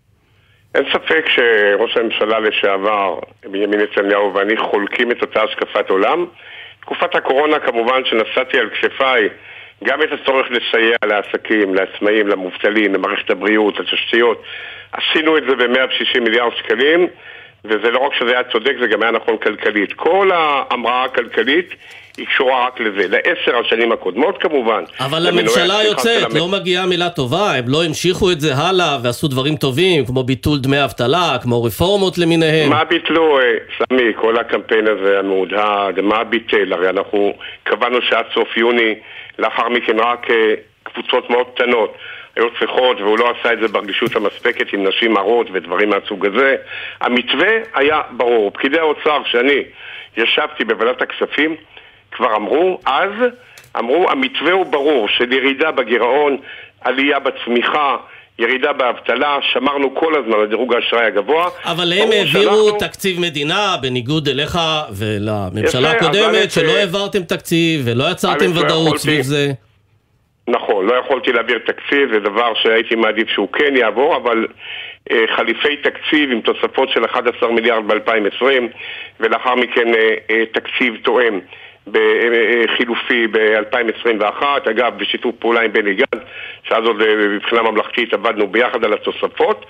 אין ספק שראש הממשלה לשעבר, בנימין נתניהו ואני חולקים את אותה השקפת עולם. תקופת הקורונה כמובן שנשאתי על כתפיי גם את הצורך לסייע לעסקים, לעצמאים, למובטלים, למערכת הבריאות, לתשתיות. עשינו את זה ב-מאה ושישים מיליארד שקלים, וזה לא רק שזה היה צודק, זה גם היה נכון כלכלית. כל ההמראה הכלכלית היא קשורה רק לזה, לעשר השנים הקודמות כמובן. אבל הממשלה היוצאת לא מגיעה מילה טובה, הם לא המשיכו את זה הלאה ועשו דברים טובים, כמו ביטול דמי אבטלה, כמו רפורמות למיניהם. מה ביטלו, סמי, כל הקמפיין הזה המהודהד, מה ביטל? הרי אנחנו קבענו שעד סוף יוני, לאחר מכן רק קבוצות מאוד קטנות היו צריכות, והוא לא עשה את זה ברגישות המספקת עם נשים הרות ודברים מהסוג הזה. המתווה היה ברור. פקידי האוצר שאני ישבתי בוועדת הכספים, כבר אמרו, אז אמרו, המתווה הוא ברור, של ירידה בגירעון, עלייה בצמיחה, ירידה באבטלה, שמרנו כל הזמן על דירוג האשראי הגבוה. אבל הם העבירו שאנחנו... תקציב מדינה, בניגוד אליך ולממשלה הקודמת, שלא העברתם תקציב ולא יצרתם ודאות סביב זה. נכון, לא יכולתי להעביר תקציב, זה דבר שהייתי מעדיף שהוא כן יעבור, אבל אה, חליפי תקציב עם תוספות של אחד עשר מיליארד ב-אלפיים ועשרים, ולאחר מכן אה, אה, תקציב תואם בחילופי ב-אלפיים עשרים ואחת, אגב בשיתוף פעולה עם בני גנץ, שאז עוד בבחינה ממלכתית עבדנו ביחד על התוספות,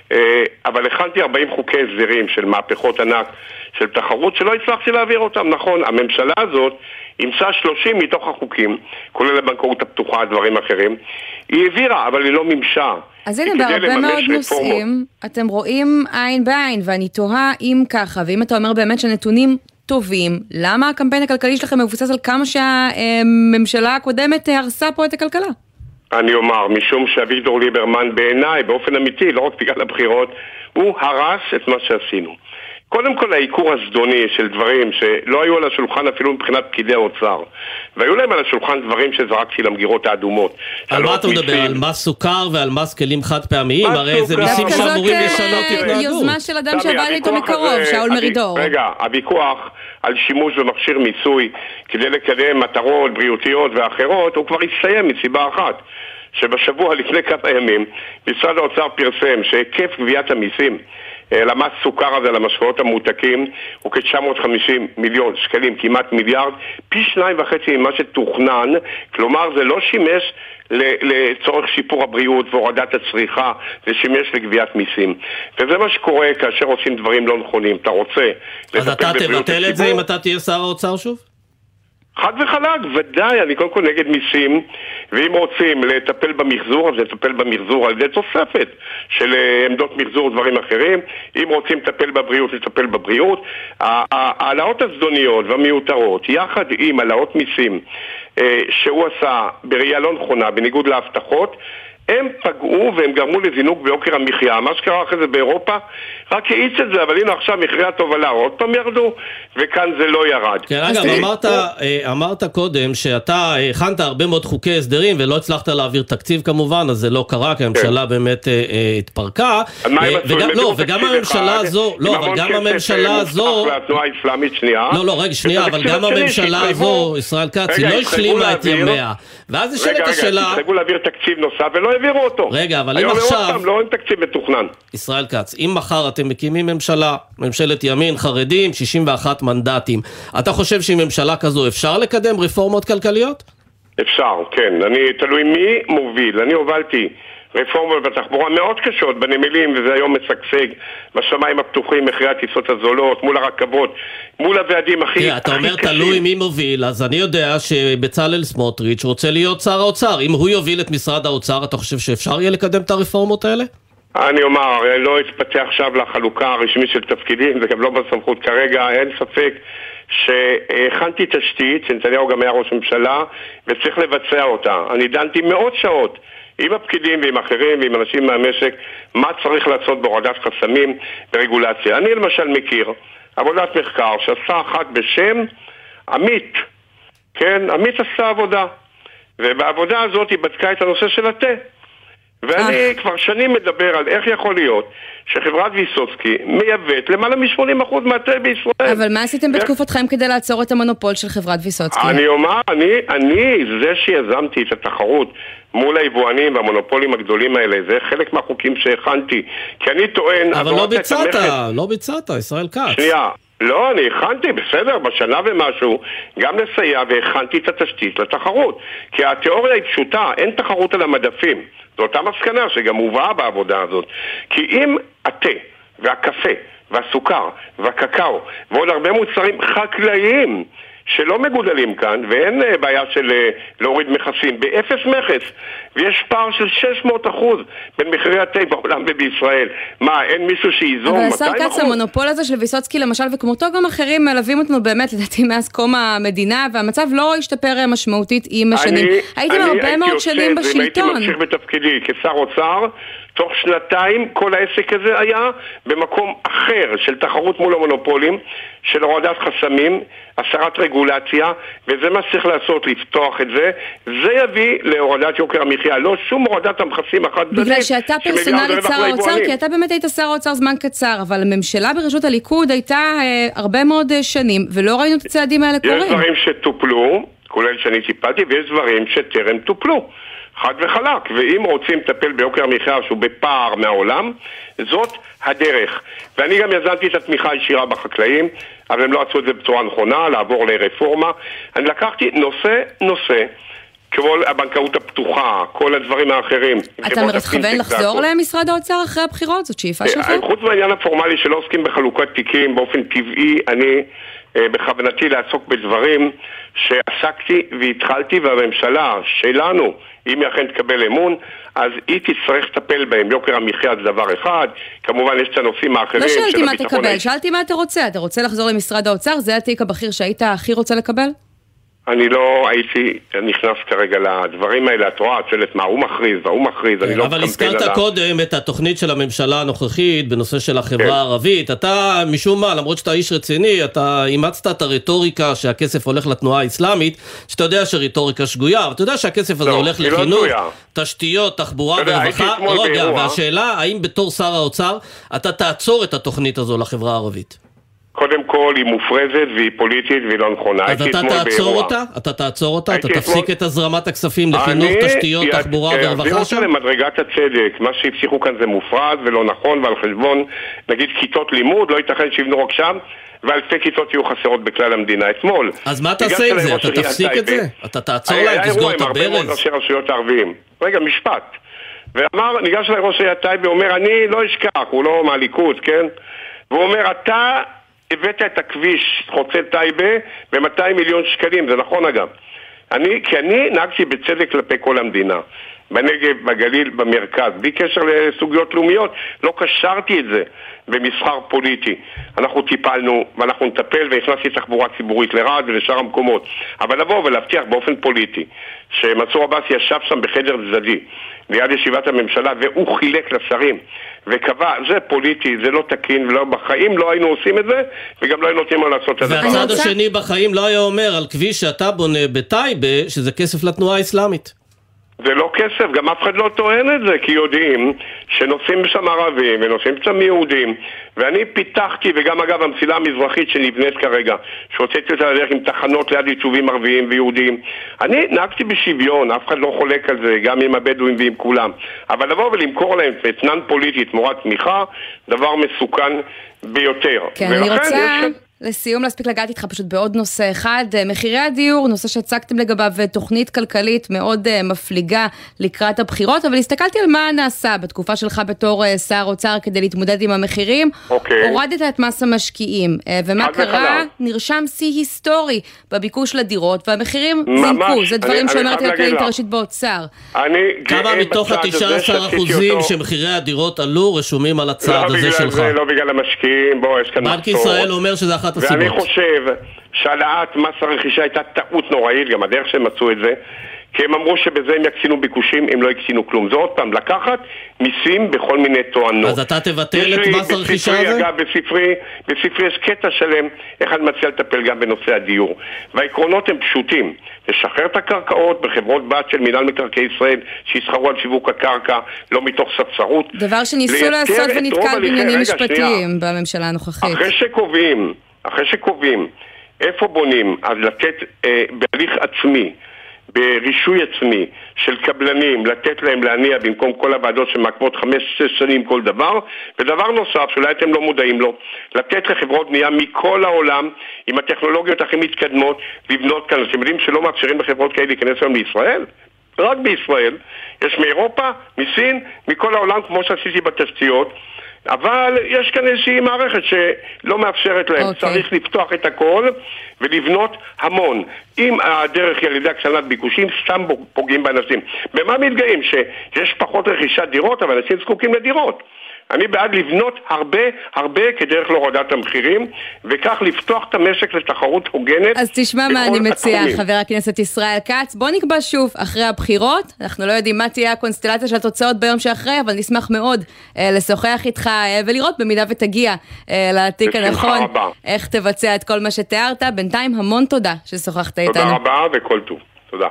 אבל הכנתי ארבעים חוקי הסדרים של מהפכות ענק של תחרות שלא הצלחתי להעביר אותם. נכון, הממשלה הזאת אימצה שלושים מתוך החוקים, כולל הבנקאות הפתוחה, דברים אחרים, היא העבירה, אבל היא לא ממשלה. אז הנה, בהרבה מאוד נושאים, אתם רואים עין בעין, ואני תוהה אם ככה, ואם אתה אומר באמת שנתונים טובים, למה הקמפיין הכלכלי שלכם מבוסס על כמה שהממשלה הקודמת הרסה פה את הכלכלה? אני אומר, משום שאביגדור ליברמן בעיניי, באופן אמיתי, לא רק בגלל הבחירות, הוא הרס את מה שעשינו. קודם כל העיקור הזדוני של דברים שלא היו על השולחן אפילו מבחינת פקידי האוצר, והיו להם על השולחן דברים שזרקתי למגירות האדומות. על מה אתה מדבר? על מס סוכר ועל מס כלים חד פעמיים? הרי זה מיסים שאמורים לשנות התנהגות. יוזמה של אדם שעבד איתו מקרוב, שאול מרידור. רגע, הוויכוח על שימוש במכשיר מיסוי כדי לקדם מטרות בריאותיות ואחרות, הוא כבר הסתיים מסיבה אחת. שבשבוע לפני כמה ימים משרד האוצר פרסם שהיקף גביית המיסים למס סוכר הזה למשקאות המותקים הוא כ-תשע מאות וחמישים מיליון שקלים, כמעט מיליארד, פי שניים וחצי ממה שתוכנן. כלומר זה לא שימש לצורך שיפור הבריאות והורדת הצריכה, זה שימש לגביית מיסים. וזה מה שקורה כאשר עושים דברים לא נכונים. אתה רוצה אז אתה תבטל את זה אם אתה תהיה שר האוצר שוב? חד וחלק, ודאי, אני קודם כל נגד מיסים, ואם רוצים לטפל במחזור, אז לטפל במחזור על ידי תוספת של עמדות מחזור ודברים אחרים. אם רוצים לטפל בבריאות, לטפל בבריאות. העלאות הזדוניות והמיותרות, יחד עם העלאות מיסים שהוא עשה בראייה לא נכונה, בניגוד להבטחות, הם פגעו והם גרמו לזינוק ביוקר המחיה. מה שקרה אחרי זה באירופה רק העיץ את זה, אבל הנה עכשיו מחירי התובלה עוד פעם ירדו, וכאן זה לא ירד. כן, אגב, אמרת, אמרת קודם שאתה הכנת הרבה מאוד חוקי הסדרים ולא הצלחת להעביר תקציב כמובן, אז זה לא קרה, כי הממשלה באמת התפרקה. לא, וגם הממשלה הזו, לא, אבל גם הממשלה הזו... התנועה האסלאמית שנייה. לא, לא, רגע, שנייה, אבל גם הממשלה הזו, ישראל כץ, היא לא השלימה את ימיה. ואז נשאלת השאלה... התחייבו להעביר תקציב נוסף ולא העבירו אותו. רגע, אבל אם עכשיו... לא אין תקציב מתוכנן. ישראל כץ, אם מחר אתם מקימים ממשלה, ממשלת ימין, חרדים, שישים ואחד מנדטים, אתה חושב שעם ממשלה כזו אפשר לקדם רפורמות כלכליות? אפשר, כן. אני תלוי מי מוביל. אני הובלתי רפורמות בתחבורה מאוד קשות, בנמלים, וזה היום משגשג, בשמיים הפתוחים, מחירי הטיסות הזולות, מול הרכבות, מול הוועדים הכי קשים. אתה אומר תלוי מי מוביל, אז אני יודע שבצלאל סמוטריץ' רוצה להיות שר האוצר. אם הוא יוביל את משרד האוצר, אתה חושב שאפשר יהיה לקדם את הרפורמות האלה? אני אומר, לא אתפתח עכשיו לחלוקה הרשמית של תפקידים, זה גם לא בסמכות כרגע, אין ספק שהכנתי תשתית, שנתניהו גם היה ראש ממשלה, וצריך לבצע אותה. אני דנתי מאות שעות עם הפקידים ועם אחרים ועם אנשים מהמשק, מה צריך לעשות בהורדת חסמים ורגולציה. אני למשל מכיר עבודת מחקר שעשה אחת בשם עמית, כן, עמית עשה עבודה, ובעבודה הזאת היא בדקה את הנושא של התה. ואני כבר שנים מדבר על איך יכול להיות שחברת ויסוצקי מייבאת למעלה מ-שמונים אחוז מהתה בישראל. אבל מה עשיתם בתקופתכם כדי לעצור את המונופול של חברת ויסוצקי? אני אומר, אני, אני זה שיזמתי את התחרות מול היבואנים והמונופולים הגדולים האלה, זה חלק מהחוקים שהכנתי, כי אני טוען... אבל לא ביצעת, לא ביצעת, ישראל כץ. שנייה. לא, אני הכנתי, בסדר, בשנה ומשהו, גם לסייע והכנתי את התשתית לתחרות. כי התיאוריה היא פשוטה, אין תחרות על המדפים. זו אותה מסקנה שגם הובאה בעבודה הזאת. כי אם התה והקפה והסוכר והקקאו ועוד הרבה מוצרים חקלאיים שלא מגודלים כאן, ואין בעיה של להוריד מכסים, באפס מכס, ויש פער של שש מאות אחוז בין מחירי התה בעולם ובישראל. מה, אין מישהו שיזור מאתיים אחוז? אבל השר כץ, המונופול הזה של ויסוצקי למשל, וכמותו גם אחרים מלווים אותנו באמת, לדעתי מאז קום המדינה, והמצב לא השתפר משמעותית עם השנים. הייתם הרבה מאוד שנים בשלטון. הייתי ממשיך בתפקידי כשר אוצר, תוך שנתיים כל העסק הזה היה במקום אחר של תחרות מול המונופולים, של הורדת חסמים, הסרת רגולציה, וזה מה שצריך לעשות, לפתוח את זה. זה יביא להורדת יוקר המחיה, לא שום הורדת המכסים אחת דנית. בגלל שאתה פרסונלית שר האוצר, כי אתה באמת היית שר האוצר זמן קצר, אבל הממשלה בראשות הליכוד הייתה אה, הרבה מאוד שנים, ולא ראינו את הצעדים האלה קורים. יש דברים שטופלו, כולל שאני טיפלתי, ויש דברים שטרם טופלו. חד וחלק, ואם רוצים לטפל ביוקר המחיה שהוא בפער מהעולם, זאת הדרך. ואני גם יזמתי את התמיכה הישירה בחקלאים, אבל הם לא עשו את זה בצורה נכונה, לעבור לרפורמה. אני לקחתי נושא נושא, כל הבנקאות הפתוחה, כל הדברים האחרים. אתה מתכוון לחזור למשרד האוצר אחרי הבחירות? זאת שאיפה שלך? חוץ מהעניין הפורמלי שלא עוסקים בחלוקת תיקים, באופן טבעי אני בכוונתי לעסוק בדברים שעסקתי והתחלתי, והממשלה שלנו, אם היא אכן תקבל אמון, אז היא תצטרך לטפל בהם. יוקר המחיה זה דבר אחד, כמובן יש את הנושאים האחרים. לא שאלתי מה תקבל, שאלתי מה אתה רוצה. אתה רוצה לחזור למשרד האוצר? זה התיק הבכיר שהיית הכי רוצה לקבל? אני לא הייתי נכנס כרגע לדברים האלה, את רואה, את שואלת מה הוא מכריז, והוא מכריז, אני לא... אבל הזכרת קודם את התוכנית של הממשלה הנוכחית בנושא של החברה הערבית. אתה, משום מה, למרות שאתה איש רציני, אתה אימצת את הרטוריקה שהכסף הולך לתנועה האסלאמית, שאתה יודע שרטוריקה שגויה, אבל אתה יודע שהכסף הזה הולך לחינוך, תשתיות, תחבורה ורווחה. רגע, והשאלה, האם בתור שר האוצר אתה תעצור את התוכנית הזו לחברה הערבית? קודם כל היא מופרזת והיא פוליטית והיא לא נכונה. אז אתה תעצור אותה? אתה תעצור אותה? אתה תפסיק את הזרמת הכספים לחינוך, תשתיות, תחבורה ורווחה שם? אני למדרגת הצדק. מה שהפסיכו כאן זה מופרז ולא נכון, ועל חשבון, נגיד, כיתות לימוד, לא ייתכן שיבנו רק שם, ואלפי כיתות יהיו חסרות בכלל המדינה. אתמול. אז מה תעשה עם זה? אתה תפסיק את זה? אתה תעצור להם, תסגור את הברז? הרבה ראשי רשויות ערביים. רגע, משפט. ואמר, ניגש לראש עיריית טייבה ואומר, אני לא אשכח, הוא לא מהליכוד, כן? והוא אומר, אתה הבאת את הכביש חוצה טייבה ב-מאתיים מיליון שקלים, זה נכון אגב. אני, כי אני נהגתי בצדק כלפי כל המדינה, בנגב, בגליל, במרכז, בלי קשר לסוגיות לאומיות, לא קשרתי את זה במסחר פוליטי. אנחנו טיפלנו ואנחנו נטפל, והכנסתי תחבורה ציבורית לרעד ולשאר המקומות. אבל לבוא ולהבטיח באופן פוליטי, שמנסור עבאס ישב שם בחדר צדדי, ליד ישיבת הממשלה, והוא חילק לשרים, וקבע, זה פוליטי, זה לא תקין, ולא בחיים לא היינו עושים את זה, וגם לא היינו נותנים לו לעשות את זה. והצד השני בחיים לא היה אומר על כביש שאתה בונה בטייבה, שזה כסף לתנועה האסלאמית. זה לא כסף, גם אף אחד לא טוען את זה, כי יודעים שנוסעים שם ערבים ונוסעים שם יהודים, ואני פיתחתי, וגם אגב המסילה המזרחית שנבנית כרגע, שהוצאתי אותה לדרך עם תחנות ליד יישובים ערביים ויהודים, אני נהגתי בשוויון, אף אחד לא חולק על זה, גם עם הבדואים ועם כולם, אבל לבוא ולמכור להם אתנן פוליטי תמורת תמיכה, דבר מסוכן ביותר. כן, אני רוצה... יש... לסיום, להספיק לגעת איתך פשוט בעוד נושא אחד, מחירי הדיור, נושא שהצגתם לגביו תוכנית כלכלית מאוד מפליגה לקראת הבחירות, אבל הסתכלתי על מה נעשה בתקופה שלך בתור שר אוצר כדי להתמודד עם המחירים, אוקיי. הורדת את מס המשקיעים, ומה קרה? נרשם שיא היסטורי בביקוש לדירות, והמחירים זינקו, זה דברים שאומרת הכלכלית הראשית באוצר. כמה מתוך ה-תשעה עשר אחוזים שמחירי הדירות עלו רשומים על הצעד הזה שלך? לא בגלל המשקיעים, בוא, יש כאן בנק ישראל אומר שזה אחת הסיבות. ואני חושב שהעלאת מס הרכישה הייתה טעות נוראית, גם הדרך שהם מצאו את זה, כי הם אמרו שבזה הם יקצינו ביקושים, הם לא יקצינו כלום. זה עוד פעם, לקחת מיסים בכל מיני טוענות. אז אתה תבטל את מס הרכישה הזה? אגב, בספרי, בספרי יש קטע שלם, איך אני מציע לטפל גם בנושא הדיור. והעקרונות הם פשוטים. לשחרר את הקרקעות בחברות בת של מינהל מקרקעי ישראל, שיסחרו על שיווק הקרקע, לא מתוך ספסרות. דבר שניסו לעשות ונתקל בעניינים משפטיים בממשלה הנוכחית. אחרי שקובעים, אחרי שקובעים, איפה בונים, אז לתת אה, בהליך עצמי, ברישוי עצמי של קבלנים, לתת להם להניע במקום כל הוועדות שמעכבות חמש, שש שנים כל דבר, ודבר נוסף, שאולי אתם לא מודעים לו, לתת לחברות בנייה מכל העולם, עם הטכנולוגיות הכי מתקדמות, לבנות כאן. אתם יודעים שלא מאפשרים לחברות כאלה להיכנס היום לישראל? רק בישראל. יש מאירופה, מסין, מכל העולם, כמו שעשיתי בתשתיות, אבל יש כאן איזושהי מערכת שלא מאפשרת להם. Okay. צריך לפתוח את הכל ולבנות המון. אם הדרך היא על ידי הקטנת ביקושים, סתם פוגעים באנשים. במה מתגאים? שיש פחות רכישת דירות, אבל אנשים זקוקים לדירות. אני בעד לבנות הרבה הרבה כדרך להורדת המחירים, וכך לפתוח את המשק לתחרות הוגנת. אז תשמע מה אני מציע, חבר הכנסת ישראל כץ. בוא נקבע שוב אחרי הבחירות. אנחנו לא יודעים מה תהיה הקונסטלציה של התוצאות ביום שאחרי, אבל נשמח מאוד אה, לשוחח איתך אה, ולראות במידה ותגיע אה, לתיק הנכון, איך תבצע את כל מה שתיארת. בינתיים המון תודה ששוחחת איתנו. תודה רבה וכל טוב. תודה.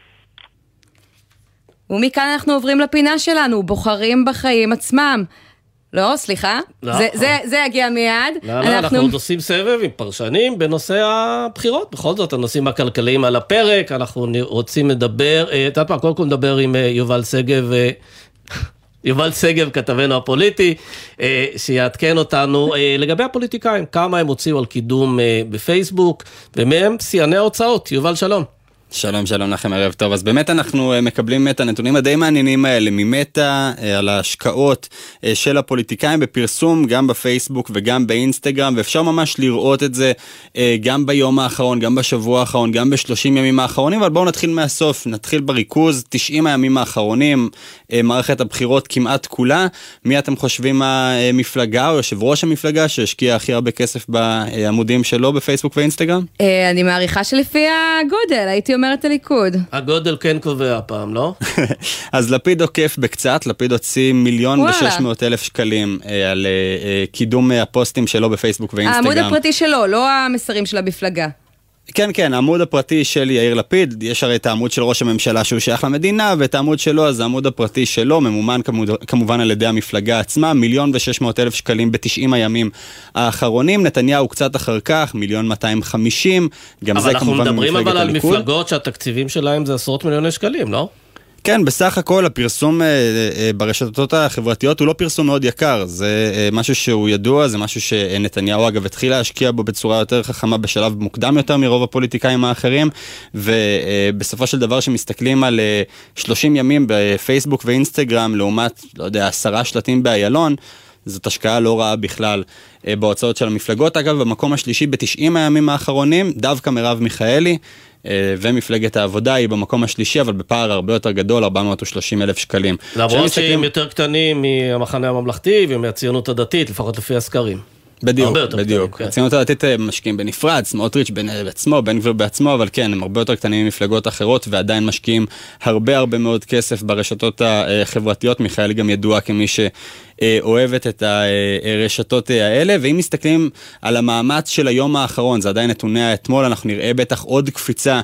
ומכאן אנחנו עוברים לפינה שלנו, בוחרים בחיים עצמם. לא, סליחה, לא. זה, זה, זה יגיע מיד. לא, אנחנו... לא, אנחנו עוד עושים סבב עם פרשנים בנושא הבחירות. בכל זאת, הנושאים הכלכליים על הפרק, אנחנו רוצים לדבר, את יודעת מה, קודם כל נדבר עם יובל סגב, יובל סגב, כתבנו הפוליטי, שיעדכן אותנו לגבי הפוליטיקאים, כמה הם הוציאו על קידום בפייסבוק, ומהם שיאני ההוצאות. יובל, שלום. שלום, שלום לכם, ערב טוב. אז באמת אנחנו מקבלים את הנתונים הדי מעניינים האלה ממטה על ההשקעות של הפוליטיקאים בפרסום, גם בפייסבוק וגם באינסטגרם, ואפשר ממש לראות את זה גם ביום האחרון, גם בשבוע האחרון, גם בשלושים ימים האחרונים, אבל בואו נתחיל מהסוף, נתחיל בריכוז, תשעים הימים האחרונים, מערכת הבחירות כמעט כולה. מי אתם חושבים המפלגה או יושב ראש המפלגה שהשקיע הכי הרבה כסף בעמודים שלו בפייסבוק ואינסטגרם? אני מעריכה שלפי הגודל, הייתי אומרת הליכוד. הגודל כן קובע הפעם, לא? אז לפיד עוקף בקצת, לפיד הוציא מיליון ושש מאות אלף שקלים על קידום הפוסטים שלו בפייסבוק ואינסטגרם. העמוד הפרטי שלו, לא המסרים של המפלגה. כן, כן, העמוד הפרטי של יאיר לפיד, יש הרי את העמוד של ראש הממשלה שהוא שייך למדינה, ואת העמוד שלו, אז העמוד הפרטי שלו, ממומן כמובן על ידי המפלגה עצמה, מיליון ושש מאות אלף שקלים בתשעים הימים האחרונים, נתניהו קצת אחר כך, מיליון מאתיים וחמישים, גם זה כמובן ממפלגת הליכוד. אבל אנחנו מדברים אבל על מפלגות שהתקציבים שלהם זה עשרות מיליוני שקלים, לא? כן, בסך הכל הפרסום ברשתות החברתיות הוא לא פרסום מאוד יקר, זה משהו שהוא ידוע, זה משהו שנתניהו אגב התחיל להשקיע בו בצורה יותר חכמה בשלב מוקדם יותר מרוב הפוליטיקאים האחרים, ובסופו של דבר שמסתכלים על שלושים ימים בפייסבוק ואינסטגרם לעומת, לא יודע, עשרה שלטים באיילון, זאת השקעה לא רעה בכלל בהוצאות של המפלגות. אגב, במקום השלישי בתשעים הימים האחרונים, דווקא מרב מיכאלי, ומפלגת העבודה היא במקום השלישי, אבל בפער הרבה יותר גדול, ארבע מאות ושלושים אלף שקלים. למרות שהם יותר קטנים מהמחנה הממלכתי ומהציונות הדתית, לפחות לפי הסקרים. בדיוק, בדיוק. הציונות הדתית משקיעים בנפרד, סמוטריץ' בעצמו, בן גביר בעצמו, אבל כן, הם הרבה יותר קטנים ממפלגות אחרות, ועדיין משקיעים הרבה הרבה מאוד כסף ברשתות החברתיות. מיכאלי גם ידוע כמי שאוהבת את הרשתות האלה, ואם מסתכלים על המאמץ של היום האחרון, זה עדיין נתוני האתמול, אנחנו נראה בטח עוד קפיצה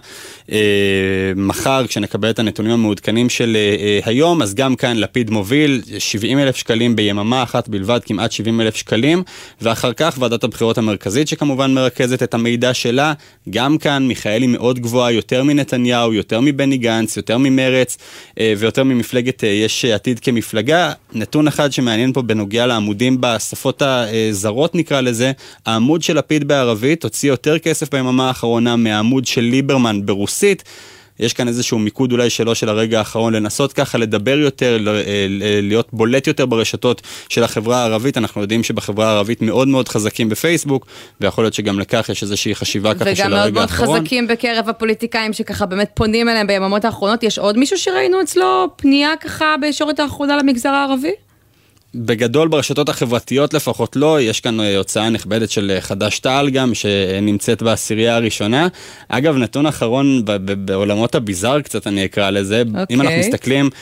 מחר, כשנקבל את הנתונים המעודכנים של היום, אז גם כאן לפיד מוביל, שבעים אלף שקלים ביממה אחת בלבד, כמעט שבעים אלף שקלים, ואחר כך ועדת הבחירות המרכזית, שכמובן מרכזת את המידע שלה, גם כאן מיכאלי מאוד גבוהה, יותר מנתניהו, יותר מבני גנץ, יותר ממרץ, ויותר ממפלגת יש עתיד כמפלגה. נתון אחד שמעניין מעניין פה בנוגע לעמודים בשפות הזרות נקרא לזה, העמוד של לפיד בערבית הוציא יותר כסף ביממה האחרונה מהעמוד של ליברמן ברוסית. יש כאן איזשהו מיקוד אולי שלו של הרגע האחרון, לנסות ככה לדבר יותר, להיות בולט יותר ברשתות של החברה הערבית. אנחנו יודעים שבחברה הערבית מאוד מאוד חזקים בפייסבוק, ויכול להיות שגם לכך יש איזושהי חשיבה ככה של הרגע האחרון. וגם מאוד מאוד חזקים בקרב הפוליטיקאים שככה באמת פונים אליהם ביממות האחרונות. יש עוד מישהו שראינו אצלו פנייה ככה בישורת האחרונה למגזר הערבי? בגדול ברשתות החברתיות לפחות לא, יש כאן הוצאה נכבדת של חדש תעל גם, שנמצאת בעשירייה הראשונה. אגב, נתון אחרון בעולמות הביזר קצת אני אקרא לזה, okay. אם אנחנו מסתכלים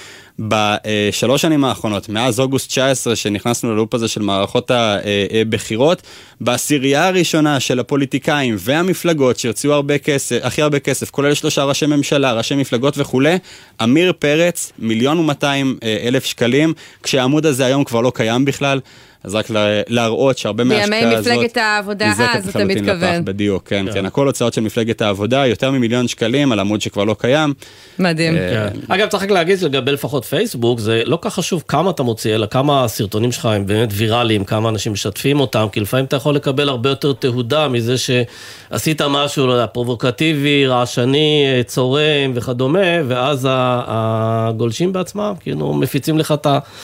בשלוש שנים האחרונות, מאז אוגוסט תשע עשרה שנכנסנו ללופ הזה של מערכות הבחירות, בעשירייה הראשונה של הפוליטיקאים והמפלגות שהרציעו הרבה כסף, הכי הרבה כסף, כולל שלושה ראשי ממשלה, ראשי מפלגות וכו', אמיר פרץ, מיליון ומאתיים אלף שקלים, כשהעמוד הזה היום כבר לא קיים בכלל, אז רק להראות שהרבה מההשקעה הזאת... בימי מפלגת העבודה, אז אתה מתכוון. בדיוק, כן, כן. הכל הוצאות של מפלגת העבודה, יותר ממיליון שקלים על עמוד שכבר לא קיים. מדהים. אגב, צריך להגיד לגבי לפחות פייסבוק, זה לא כך חשוב כמה אתה מוציא, אלא כמה הסרטונים שלך הם באמת ויראליים, כמה אנשים משתפים אותם, כי לפעמים אתה יכול לקבל הרבה יותר תהודה מזה שעשית משהו פרובוקטיבי, רעשני, צורם וכדומה, ואז הגולשים בעצמם, כאילו, מפיצים לך את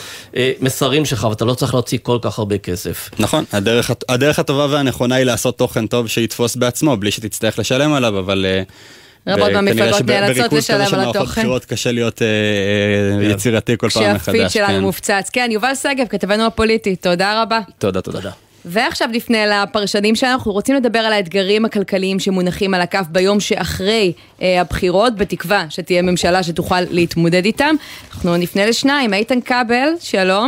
המסרים שלך, ואתה לא צריך להוציא כל כך הרבה כסף. נכון, הדרך, הדרך הטובה והנכונה היא לעשות תוכן טוב שיתפוס בעצמו, בלי שתצטרך לשלם עליו, אבל רבות מהמפלגות נאלצות לשלם על התוכן. בחירות קשה להיות יצירתי כל פעם מחדש. כשהפיד שלנו מופצץ. כן, יובל שגב, כתבנו הפוליטי, תודה רבה. תודה, תודה. ועכשיו נפנה לפרשנים שאנחנו רוצים לדבר על האתגרים הכלכליים שמונחים על הכף ביום שאחרי אה, הבחירות, בתקווה שתהיה ממשלה שתוכל להתמודד איתם. אנחנו נפנה לשניים, איתן כבל, שלום.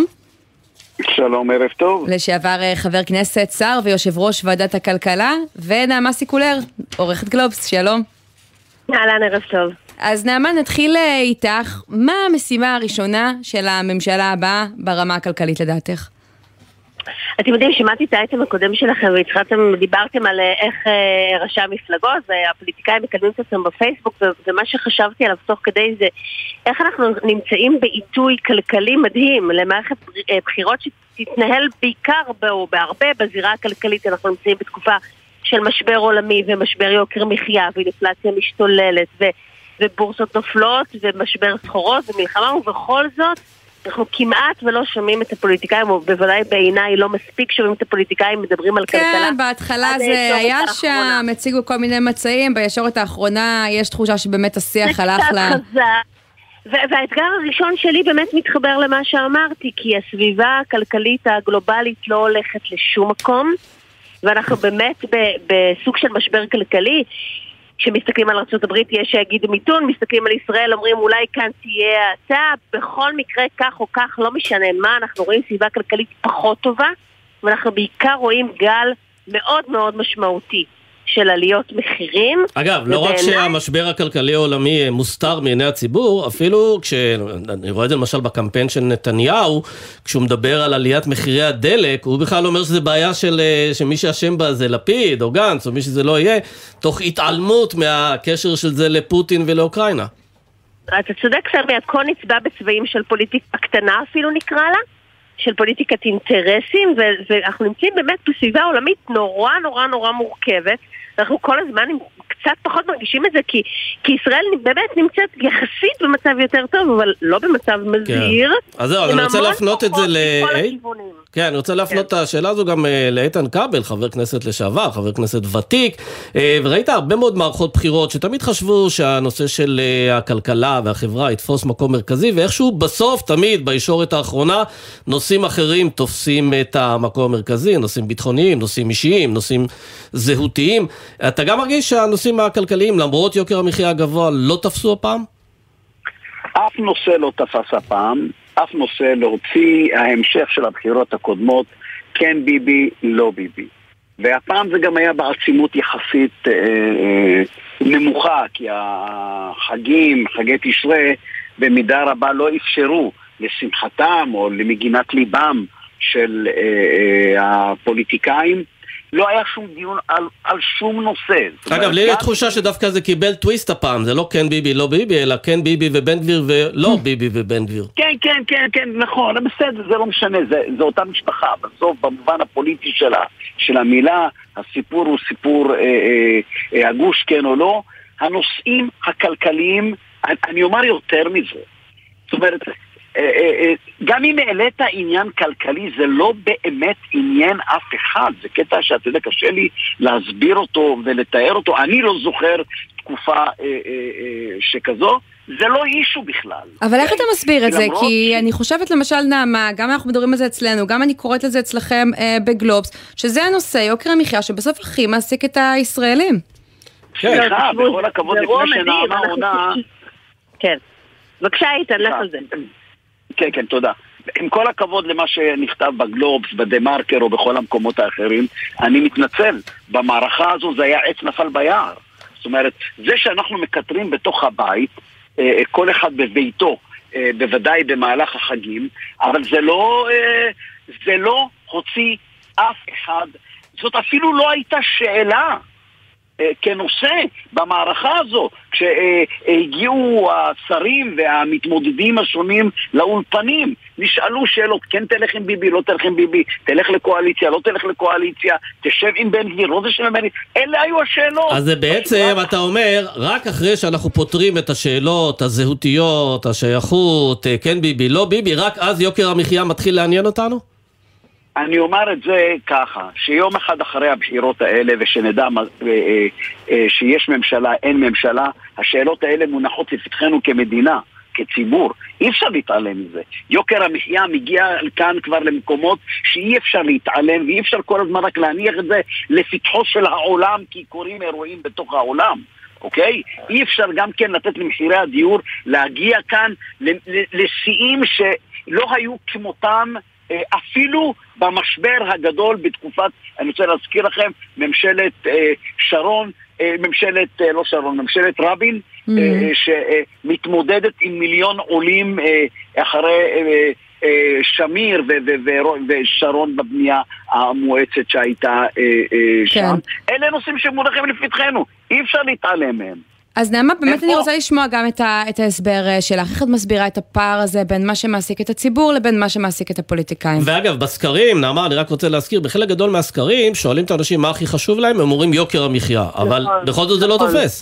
שלום, ערב טוב. לשעבר חבר כנסת, שר ויושב ראש ועדת הכלכלה, ונעמה סיקולר, עורכת גלובס, שלום. אהלן, ערב טוב. אז נעמה, נתחיל איתך. מה המשימה הראשונה של הממשלה הבאה ברמה הכלכלית לדעתך? אתם יודעים, שמעתי את האייטם הקודם שלכם והתחלתם, דיברתם על איך אה, ראשי המפלגות והפוליטיקאים מקדמים את עצמם בפייסבוק, ומה שחשבתי עליו תוך כדי זה איך אנחנו נמצאים בעיתוי כלכלי מדהים למערכת בחירות שתתנהל בעיקר או בהרבה בזירה הכלכלית. אנחנו נמצאים בתקופה של משבר עולמי ומשבר יוקר מחיה ואינפלציה משתוללת ו, ובורסות נופלות ומשבר סחורות ומלחמה, ובכל זאת אנחנו כמעט ולא שומעים את הפוליטיקאים, או בוודאי בעיניי לא מספיק שומעים את הפוליטיקאים מדברים על כלכלה. כן, בהתחלה זה היה שם, הציגו כל מיני מצעים, בישורת האחרונה יש תחושה שבאמת השיח הלך לה... והאתגר הראשון שלי באמת מתחבר למה שאמרתי, כי הסביבה הכלכלית הגלובלית לא הולכת לשום מקום, ואנחנו באמת בסוג של משבר כלכלי. כשמסתכלים על ארצות הברית יש שיגידו מיתון, מסתכלים על ישראל אומרים אולי כאן תהיה האטה, בכל מקרה כך או כך לא משנה מה, אנחנו רואים סביבה כלכלית פחות טובה, ואנחנו בעיקר רואים גל מאוד מאוד משמעותי של עליות מחירים. אגב, לא רק שהמשבר הכלכלי העולמי מוסתר מעיני הציבור, אפילו כשאני רואה את זה למשל בקמפיין של נתניהו, כשהוא מדבר על עליית מחירי הדלק, הוא בכלל אומר שזה בעיה של שמי שאשם בה זה לפיד או גנץ או מי שזה לא יהיה, תוך התעלמות מהקשר של זה לפוטין ולאוקראינה. אתה צודק, סמי, הכל נצבע בצבעים של פוליטיקה קטנה אפילו נקרא לה, של פוליטיקת אינטרסים, ואנחנו נמצאים באמת בסביבה עולמית נורא נורא נורא מורכבת. אנחנו כל הזמן קצת פחות מרגישים את זה, כי, כי ישראל באמת נמצאת יחסית במצב יותר טוב, אבל לא במצב מזהיר. כן. אז זהו, אני רוצה להפנות את זה ל... כן, אני רוצה להפנות כן. את השאלה הזו גם לאיתן כבל, חבר כנסת לשעבר, חבר כנסת ותיק, וראית הרבה מאוד מערכות בחירות שתמיד חשבו שהנושא של הכלכלה והחברה יתפוס מקום מרכזי, ואיכשהו בסוף תמיד בישורת האחרונה נושאים אחרים תופסים את המקום המרכזי, נושאים ביטחוניים, נושאים אישיים, נושאים זהותיים. אתה גם מרגיש שהנושאים הכלכליים, למרות יוקר המחיה הגבוה, לא תפסו הפעם? אף נושא לא תפס הפעם, אף נושא להוציא ההמשך של הבחירות הקודמות, כן ביבי, לא ביבי. והפעם זה גם היה בעצימות יחסית אה, אה, נמוכה, כי החגים, חגי תשרי, במידה רבה לא אפשרו לשמחתם או למגינת ליבם של אה, אה, הפוליטיקאים. לא היה שום דיון על, על שום נושא. אגב, לי יש תחושה שדווקא זה קיבל טוויסט הפעם, זה לא כן ביבי, לא ביבי, אלא כן ביבי ובן גביר ולא ביבי ובן גביר. כן, כן, כן, כן, נכון, בסדר, זה לא משנה, זה, זה אותה משפחה, בסוף במובן הפוליטי שלה, של המילה, הסיפור הוא סיפור אה, אה, אה, הגוש כן או לא, הנושאים הכלכליים, אני אומר יותר מזה, זאת אומרת, גם אם העלית עניין כלכלי, זה לא באמת עניין אף אחד, זה קטע שאתה יודע, קשה לי להסביר אותו ולתאר אותו, אני לא זוכר תקופה שכזו, זה לא אישו בכלל. אבל איך אתה מסביר את זה? כי אני חושבת למשל נעמה, גם אנחנו מדברים על זה אצלנו, גם אני קוראת לזה אצלכם בגלובס, שזה הנושא, יוקר המחיה, שבסוף הכי מעסיק את הישראלים. סליחה, בכל הכבוד לפני שנעמה עונה... כן, בבקשה איתן, לך על זה. כן, כן, תודה. עם כל הכבוד למה שנכתב בגלובס, בדמרקר או בכל המקומות האחרים, אני מתנצל. במערכה הזו זה היה עץ נפל ביער. זאת אומרת, זה שאנחנו מקטרים בתוך הבית, כל אחד בביתו, בוודאי במהלך החגים, אבל זה לא, זה לא הוציא אף אחד. זאת אפילו לא הייתה שאלה כנושא במערכה הזו, כשהגיעו השרים והמתמודדים השונים לאולפנים, נשאלו שאלות, כן תלך עם ביבי, לא תלך עם ביבי, תלך לקואליציה, לא תלך לקואליציה, תשב עם בן גביר, לא תשב עם בן גביר, אלה היו השאלות. אז זה בעצם, אתה אומר, רק אחרי שאנחנו פותרים את השאלות הזהותיות, השייכות, כן ביבי, לא ביבי, רק אז יוקר המחיה מתחיל לעניין אותנו? אני אומר את זה ככה, שיום אחד אחרי הבחירות האלה, ושנדע שיש ממשלה, אין ממשלה, השאלות האלה מונחות לפתחנו כמדינה, כציבור. אי אפשר להתעלם מזה. יוקר המחיה מגיע כאן כבר למקומות שאי אפשר להתעלם, ואי אפשר כל הזמן רק להניח את זה לפתחו של העולם, כי קורים אירועים בתוך העולם. אוקיי? אי אפשר גם כן לתת למחירי הדיור להגיע כאן לשיאים שלא היו כמותם, אפילו במשבר הגדול בתקופת, אני רוצה להזכיר לכם, ממשלת אה, שרון, אה, ממשלת, אה, לא שרון, ממשלת רבין, mm-hmm. אה, שמתמודדת עם מיליון עולים אה, אחרי אה, אה, שמיר ו- ו- ו- ושרון בבנייה המואצת שהייתה אה, אה, שם. כן. אלה נושאים שמונחים לפתחנו, אי אפשר להתעלם מהם. אז נעמה, באמת אני רוצה לשמוע גם את, ה, את ההסבר שלך. איך את מסבירה את הפער הזה בין מה שמעסיק את הציבור לבין מה שמעסיק את הפוליטיקאים? ואגב, בסקרים, נעמה, אני רק רוצה להזכיר, בחלק גדול מהסקרים, שואלים את האנשים מה הכי חשוב להם, הם אומרים יוקר המחיה, אבל בכל זאת זה לא תופס.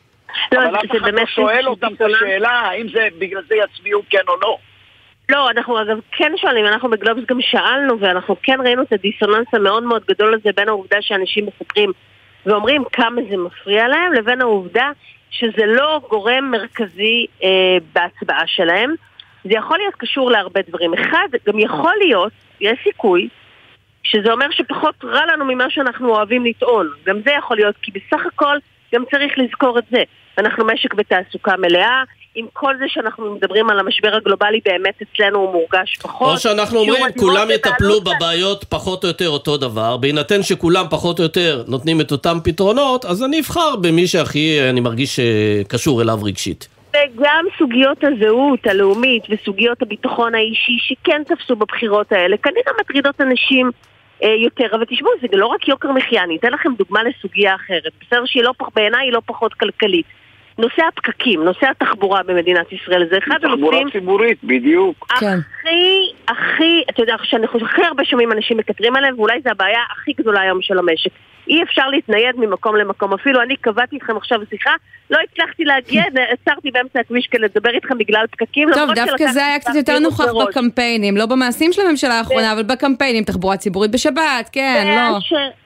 אבל אף אחד לא שואל אותם את השאלה, האם זה בגלל זה יצביעו כן או לא. לא, אנחנו אגב כן שואלים, אנחנו בגלובס גם שאלנו, ואנחנו כן ראינו את הדיסוננס המאוד מאוד גדול הזה בין העובדה שאנשים מספרים ואומרים כמה זה מפריע להם, לבין העובדה שזה לא גורם מרכזי אה, בהצבעה שלהם. זה יכול להיות קשור להרבה דברים. אחד, גם יכול להיות, יש סיכוי, שזה אומר שפחות רע לנו ממה שאנחנו אוהבים לטעון. גם זה יכול להיות, כי בסך הכל גם צריך לזכור את זה. אנחנו משק בתעסוקה מלאה, עם כל זה שאנחנו מדברים על המשבר הגלובלי, באמת אצלנו הוא מורגש פחות. או שאנחנו אומרים, כולם יטפלו בבעיות פחות או יותר אותו דבר, בהינתן שכולם פחות או יותר נותנים את אותם פתרונות, אז אני אבחר במי שהכי אני מרגיש קשור אליו רגשית. וגם סוגיות הזהות הלאומית וסוגיות הביטחון האישי שכן תפסו בבחירות האלה, כנראה מטרידות אנשים יותר, אבל תשמעו, זה לא רק יוקר מחיה, אני אתן לכם דוגמה לסוגיה אחרת, בסדר שהיא לא, בעיניי היא לא פחות כלכלית. נושא הפקקים, נושא התחבורה במדינת ישראל, זה אחד הנושאים... תחבורה ציבורית, בדיוק. הכי, הכי, אתה יודע, שאני חושב, הכי הרבה שומעים אנשים מקטרים עליהם, ואולי זה הבעיה הכי גדולה היום של המשק. אי אפשר להתנייד ממקום למקום, אפילו אני קבעתי איתכם עכשיו שיחה, לא הצלחתי להגיע, עצרתי באמצע הכביש כדי לדבר איתכם בגלל פקקים. טוב, דווקא זה היה קצת יותר נוכח בקמפיינים, לא במעשים של הממשלה האחרונה, אבל בקמפיינים, תחבורה ציבורית בשבת, כן, לא.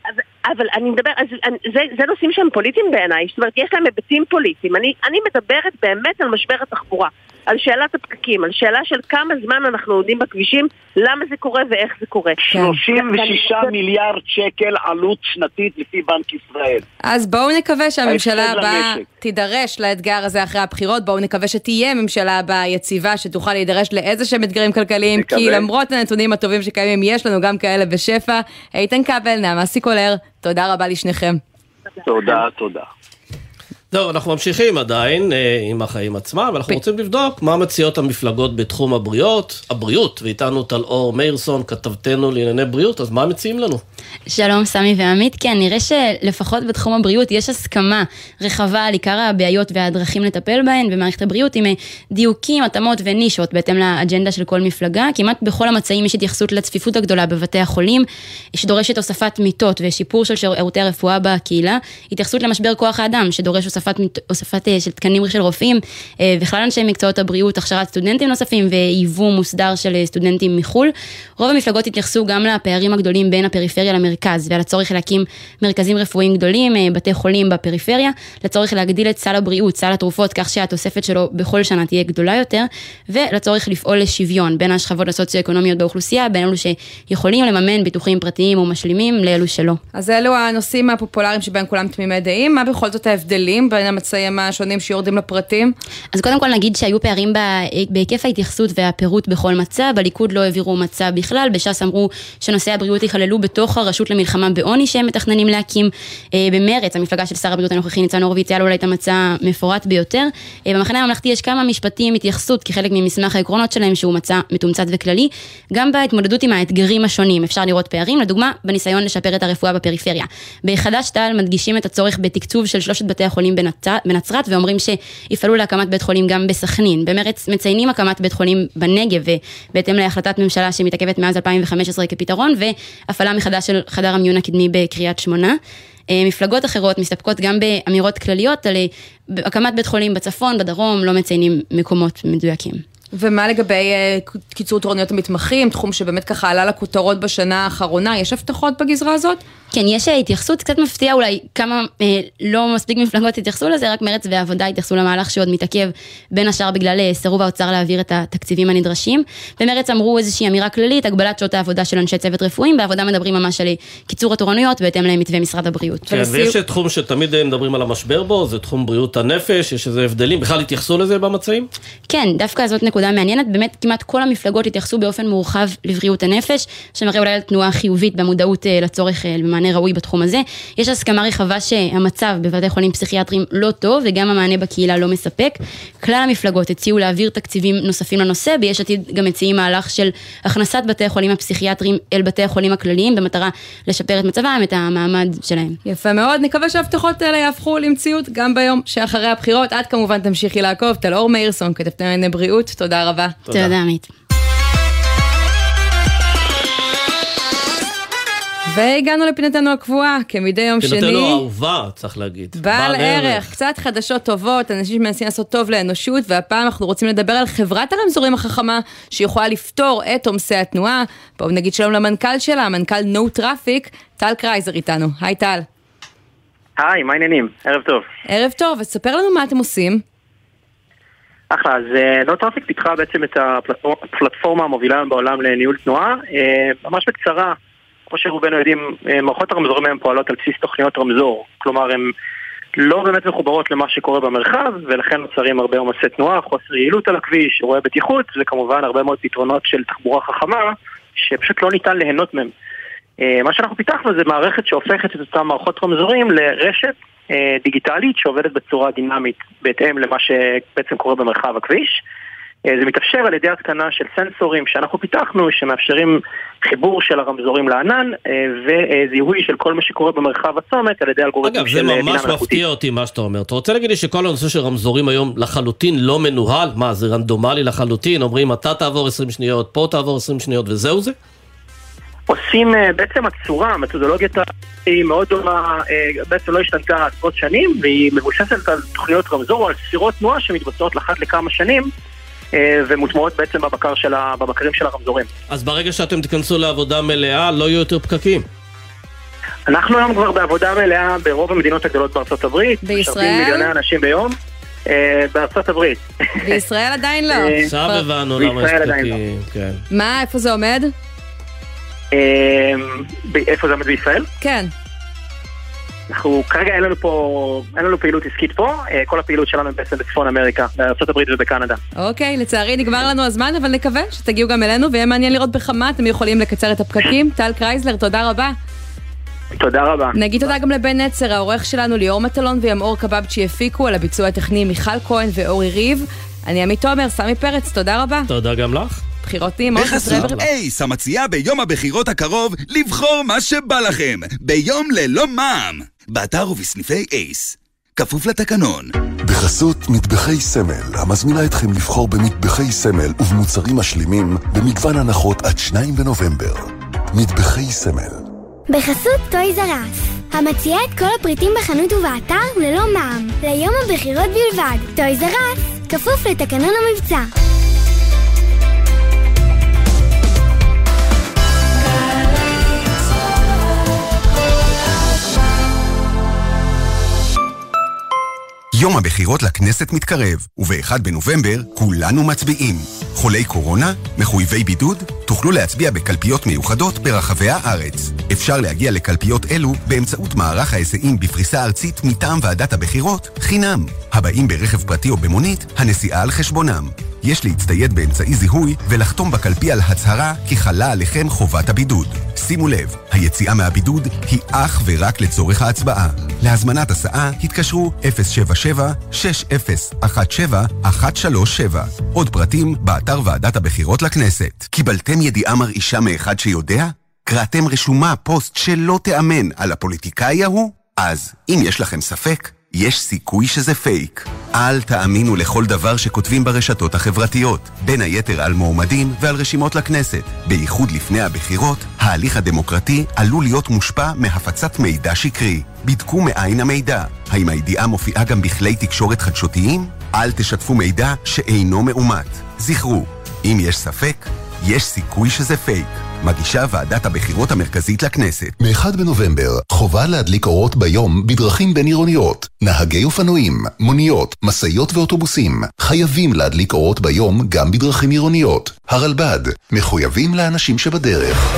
אבל אני מדבר, אז, זה, זה נושאים שהם פוליטיים בעיניי, זאת אומרת, יש להם היבטים פוליטיים. אני, אני מדברת באמת על משבר התחבורה, על שאלת הפקקים, על שאלה של כמה זמן אנחנו עומדים בכבישים, למה זה קורה ואיך זה קורה. שלושים ושישה מיליארד שקל עלות שנתית לפי בנק ישראל. אז בואו נקווה שהממשלה הבאה תידרש לאתגר הזה אחרי הבחירות, בואו נקווה שתהיה ממשלה הבאה יציבה, שתוכל להידרש לאיזה שהם אתגרים כלכליים, כי למרות הנתונים הטובים שקיימים, יש לנו גם כאלה בשפע. איתן כבל, נעמה סיקולר, תודה רבה לשניכם. תודה, תודה. זהו, אנחנו ממשיכים עדיין אה, עם החיים עצמם, ואנחנו ב... רוצים לבדוק מה מציעות המפלגות בתחום הבריאות, הבריאות, ואיתנו טל אור מאירסון, כתבתנו לענייני בריאות, אז מה מציעים לנו? שלום, סמי ועמית. כן, נראה שלפחות בתחום הבריאות יש הסכמה רחבה על עיקר הבעיות והדרכים לטפל בהן במערכת הבריאות, עם דיוקים, התאמות ונישות בהתאם לאג'נדה של כל מפלגה. כמעט בכל המצעים יש התייחסות לצפיפות הגדולה בבתי החולים, שדורשת הוספת מיטות ושיפור של שירותי הרפואה בקהילה, התייחסות למשבר כוח האדם, שדורש הוספת, הוספת של תקנים של רופאים, וכלל אנשי מקצועות הבריאות, הכשרת סטודנטים נוספים ויבוא מוסדר של סטודנטים מחול. רוב המפלגות התייחסו גם לפערים הגדולים בין הפריפריה למרכז, ועל הצורך להקים מרכזים רפואיים גדולים, בתי חולים בפריפריה, לצורך להגדיל את סל הבריאות, סל התרופות, כך שהתוספת שלו בכל שנה תהיה גדולה יותר, ולצורך לפעול לשוויון בין השכבות הסוציו-אקונומיות באוכלוסייה, בין אלו שיכולים לממן ביטוחים פרטיים או משלימים לאלו שלא. אז אלו הנושאים הפופולריים שבין כולם תמימי דעים. מה בכל זאת ההבדלים בין המצעים השונים שיורדים לפרטים? אז קודם כל נגיד שהיו פערים בהיקף ההתייחסות והפירוט בכל מצע. בליכוד לא העבירו מצע בכלל, בש"ס אמרו שנושאי הבריאות יכללו בתוך הרשות למלחמה בעוני שהם מתכננים להקים. במרץ, המפלגה של שר הבריאות הנוכחי ניצן הורוביץ, היה לו אולי את המצע מפורט ביותר. במחנה הממלכתי יש כמה משפטים התייחסות כחלק ממסמך העקרונות שלהם שהוא מצע מתומצת וכללי. גם בהתמודדות עם האתגרים השונים אפשר לראות פערים, לדוגמה בניסיון לשפר את הרפואה בפריפריה. בחד"ש תע"ל מדגישים את הצורך בתקצוב של שלושת בתי החולים בנצרת, ואומרים שיפעלו להקמת בית חולים גם בסכנין. במרץ מציינים הקמת בית חולים בנגב, ובהתאם להחלטת ממשלה שמתעכבת מאז אלפיים וחמש עשרה כפתרון, והפעלה מחדש של חדר המיון הקדמי בקריית שמונה. מפלגות אחרות מסתפקות גם באמירות כלליות על הקמת בית חולים בצפון, בדרום, לא מציינים מקומות מדויקים. ומה לגבי uh, קיצור תורנויות המתמחים, תחום שבאמת ככה עלה לכותרות בשנה האחרונה, יש הבטחות בגזרה הזאת? כן, יש התייחסות, קצת מפתיע אולי כמה אה, לא מספיק מפלגות התייחסו לזה, רק מרץ והעבודה התייחסו למהלך שעוד מתעכב בין השאר בגלל סירוב האוצר להעביר את התקציבים הנדרשים. במרץ אמרו איזושהי אמירה כללית, הגבלת שעות העבודה של אנשי צוות רפואיים, בעבודה מדברים ממש על קיצור התורנויות בהתאם למתווה משרד הבריאות. כן, ויש תחום שתמיד מדברים על המשבר בו, זה תחום בריאות הנפש, יש איזה הבדלים, בכלל התייחסו לזה במצעים? כן, דווקא זאת נקודה מעניינת, באמת כמעט כל המפלגות התייחסו באופן מורחב לבריאות הנפש, שמראה אולי על תנועה חיובית במודעות לצורך במענה ראוי בתחום הזה. יש הסכמה רחבה שהמצב בבתי חולים פסיכיאטריים לא טוב, וגם המענה בקהילה לא מספק. כלל המפלגות הציעו להעביר תקציבים נוספים לנושא, ביש עתיד גם מציעים מהלך של הכנסת בתי החולים הפסיכיאטריים אל בתי החולים הכלליים, במטרה לשפר את מצבם, את המעמד שלהם. יפה מאוד, נקווה שההבטחות האלה יהפכו למציאות גם ביום שאחרי הבחירות. עד כמובן תמשיכי לעקוב. טל אור מאירסון, כתבת לענייני בריאות, תודה רבה. תודה, תודה עמית. והגענו לפינתנו הקבועה, כמדי יום שני. פינתנו האהובה, צריך להגיד. בעל ערך, קצת חדשות טובות, אנשים שמנסים לעשות טוב לאנושות, והפעם אנחנו רוצים לדבר על חברת הרמזורים החכמה, שיכולה לפתור את עומסי התנועה. בואו נגיד שלום למנכ"ל שלה, המנכ"ל No Traffic, טל קרייזר איתנו. היי טל. היי, מה העניינים? ערב טוב. ערב טוב, וספר לנו מה אתם עושים. אחלה, אז No Traffic פיתחה בעצם את הפלטפורמה המובילה בעולם לניהול תנועה. ממש בקצרה, כמו שרובנו יודעים, מערכות הרמזורים הן פועלות על בסיס תוכניות רמזור. כלומר, הן לא באמת מחוברות למה שקורה במרחב, ולכן נוצרים הרבה עומסי תנועה, חוסר יעילות על הכביש, אירועי בטיחות, וכמובן הרבה מאוד פתרונות של תחבורה חכמה, שפשוט לא ניתן ליהנות מהם. מה שאנחנו פיתחנו זה מערכת שהופכת את אותם מערכות רמזורים לרשת דיגיטלית שעובדת בצורה דינמית, בהתאם למה שבעצם קורה במרחב הכביש. זה מתאפשר על ידי התקנה של סנסורים שאנחנו פיתחנו, שמאפשרים חיבור של הרמזורים לענן, וזיהוי של כל מה שקורה במרחב הצומת על ידי אלגוריתמים של בינה מלאכותית. אגב, זה ממש מפתיע אותי מה שאתה אומר. אתה רוצה להגיד לי שכל הנושא של רמזורים היום לחלוטין לא מנוהל? מה, זה רנדומלי לחלוטין? אומרים, אתה תעבור עשרים שניות, פה תעבור עשרים שניות, וזהו זה? עושים בעצם הצורה, המתודולוגיה היא מאוד דומה, בעצם לא השתנתה עשרות שנים, והיא מבוססת על תוכניות רמזור או על ספירות תנועה שמתבצעות לאחת לכמה שנים, ומוטמעות בעצם בבקר של ה... בבקרים של הרמזורים. אז ברגע שאתם תיכנסו לעבודה מלאה, לא יהיו יותר פקקים? אנחנו היום כבר בעבודה מלאה ברוב המדינות הגדולות בארצות הברית. בישראל? מיליוני אנשים ביום. בארצות הברית. בישראל עדיין לא. עכשיו הבנו למה יש פקקים. כן. מה, איפה זה עומד? איפה זה עומד בישראל? כן. אנחנו, כרגע אין לנו פה, אין לנו פעילות עסקית פה, כל הפעילות שלנו בעצם בצפון אמריקה, בארצות הברית ובקנדה. אוקיי, לצערי נגמר לנו הזמן, אבל נקווה שתגיעו גם אלינו, ויהיה מעניין לראות בכמה אתם יכולים לקצר את הפקקים. טל קרייזלר, תודה רבה. תודה רבה. נגיד תודה גם לבן נצר, העורך שלנו ליאור מטלון וימאור קבבצ'י הפיקו, על הביצוע הטכני מיכל כהן ואורי ריב. אני עמית תומר, סמי פרץ, תודה רבה. תודה גם לך. בחירות נעימות. בחסות אייס, המציעה ביום הבחירות הקרוב לבחור מה שבא לכם, ביום ללא מע"מ. באתר ובסניפי אייס. כפוף לתקנון. בחסות מטבחי סמל, המזמינה אתכם לבחור במטבחי סמל ובמוצרים משלימים במגוון הנחות עד שניים בנובמבר. מטבחי סמל. בחסות טויז אר אס, המציעה את כל הפריטים בחנות ובאתר ללא מע"מ, ליום הבחירות בלבד. טויז אר אס, כפוף לתקנון המבצע. יום הבחירות לכנסת מתקרב, וב-אחד בנובמבר כולנו מצביעים. חולי קורונה, מחויבי בידוד, תוכלו להצביע בקלפיות מיוחדות ברחבי הארץ. אפשר להגיע לקלפיות אלו באמצעות מערך ההיסעים בפריסה ארצית מטעם ועדת הבחירות, חינם. הבאים ברכב פרטי או במונית, הנסיעה על חשבונם. יש להצטייד באמצעי זיהוי ולחתום בקלפי על הצהרה כי חלה עליכם חובת הבידוד. שימו לב, היציאה מהבידוד היא אך ורק לצורך ההצבעה. להזמנת הסעה התקשרו אפס שבע שבע שש אפס אחת שבע אחת שלוש שבע. עוד פרטים באתר ועדת הבחירות לכנסת. קיבלתם ידיעה מרעישה מאחד שיודע? קראתם רשומה פוסט שלא תאמן על הפוליטיקאי ההוא? אז אם יש לכם ספק, יש סיכוי שזה פייק. אל תאמינו לכל דבר שכותבים ברשתות החברתיות, בין היתר על מועמדים ועל רשימות לכנסת. בייחוד לפני הבחירות, ההליך הדמוקרטי עלול להיות מושפע מהפצת מידע שקרי. בדקו מאין המידע. האם הידיעה מופיעה גם בכלי תקשורת חדשותיים? אל תשתפו מידע שאינו מאומת. זכרו, אם יש ספק, יש סיכוי שזה פייק. מגישה ועדת הבחירות המרכזית לכנסת. מאחד בנובמבר, חובה להדליק אורות ביום בדרכים בין עירוניות. נהגי אופנועים, מוניות, מסעיות ואוטובוסים חייבים להדליק אורות ביום גם בדרכים עירוניות. הרלב"ד, מחויבים לאנשים שבדרך.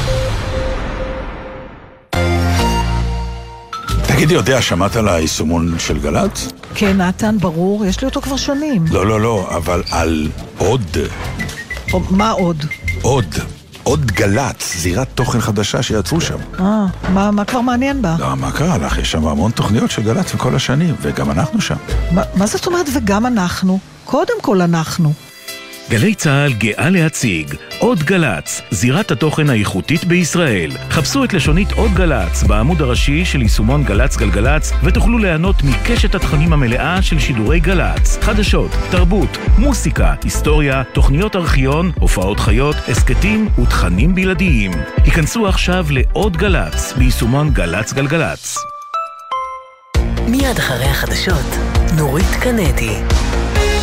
תגידי, יודע, שמעת על היישומון של גל"צ? כן, נתן, ברור, יש לי אותו כבר שנים. לא, לא, לא, אבל על עוד. מה עוד? עוד. עוד גל"צ, זירת תוכן חדשה שיצרו שם. אה, מה, מה כבר מעניין בה? לא, מה קרה לך? יש שם המון תוכניות של גל"צ וכל השנים, וגם אנחנו שם. מה, מה זאת אומרת וגם אנחנו? קודם כל אנחנו. גלי צהל גאה להציג עוד גל"צ, זירת התוכן האיכותית בישראל. חפשו את לשונית עוד גל"צ בעמוד הראשי של יישומון גל"צ גלגל"צ ותוכלו ליהנות מקשת התכנים המלאה של שידורי גל"צ. חדשות, תרבות, מוסיקה, היסטוריה, תוכניות ארכיון, הופעות חיות, הסקטים ותכנים בלעדיים. היכנסו עכשיו לעוד גל"צ ביישומון גל"צ גלגל"צ. מיד אחרי החדשות, נורית קנדי.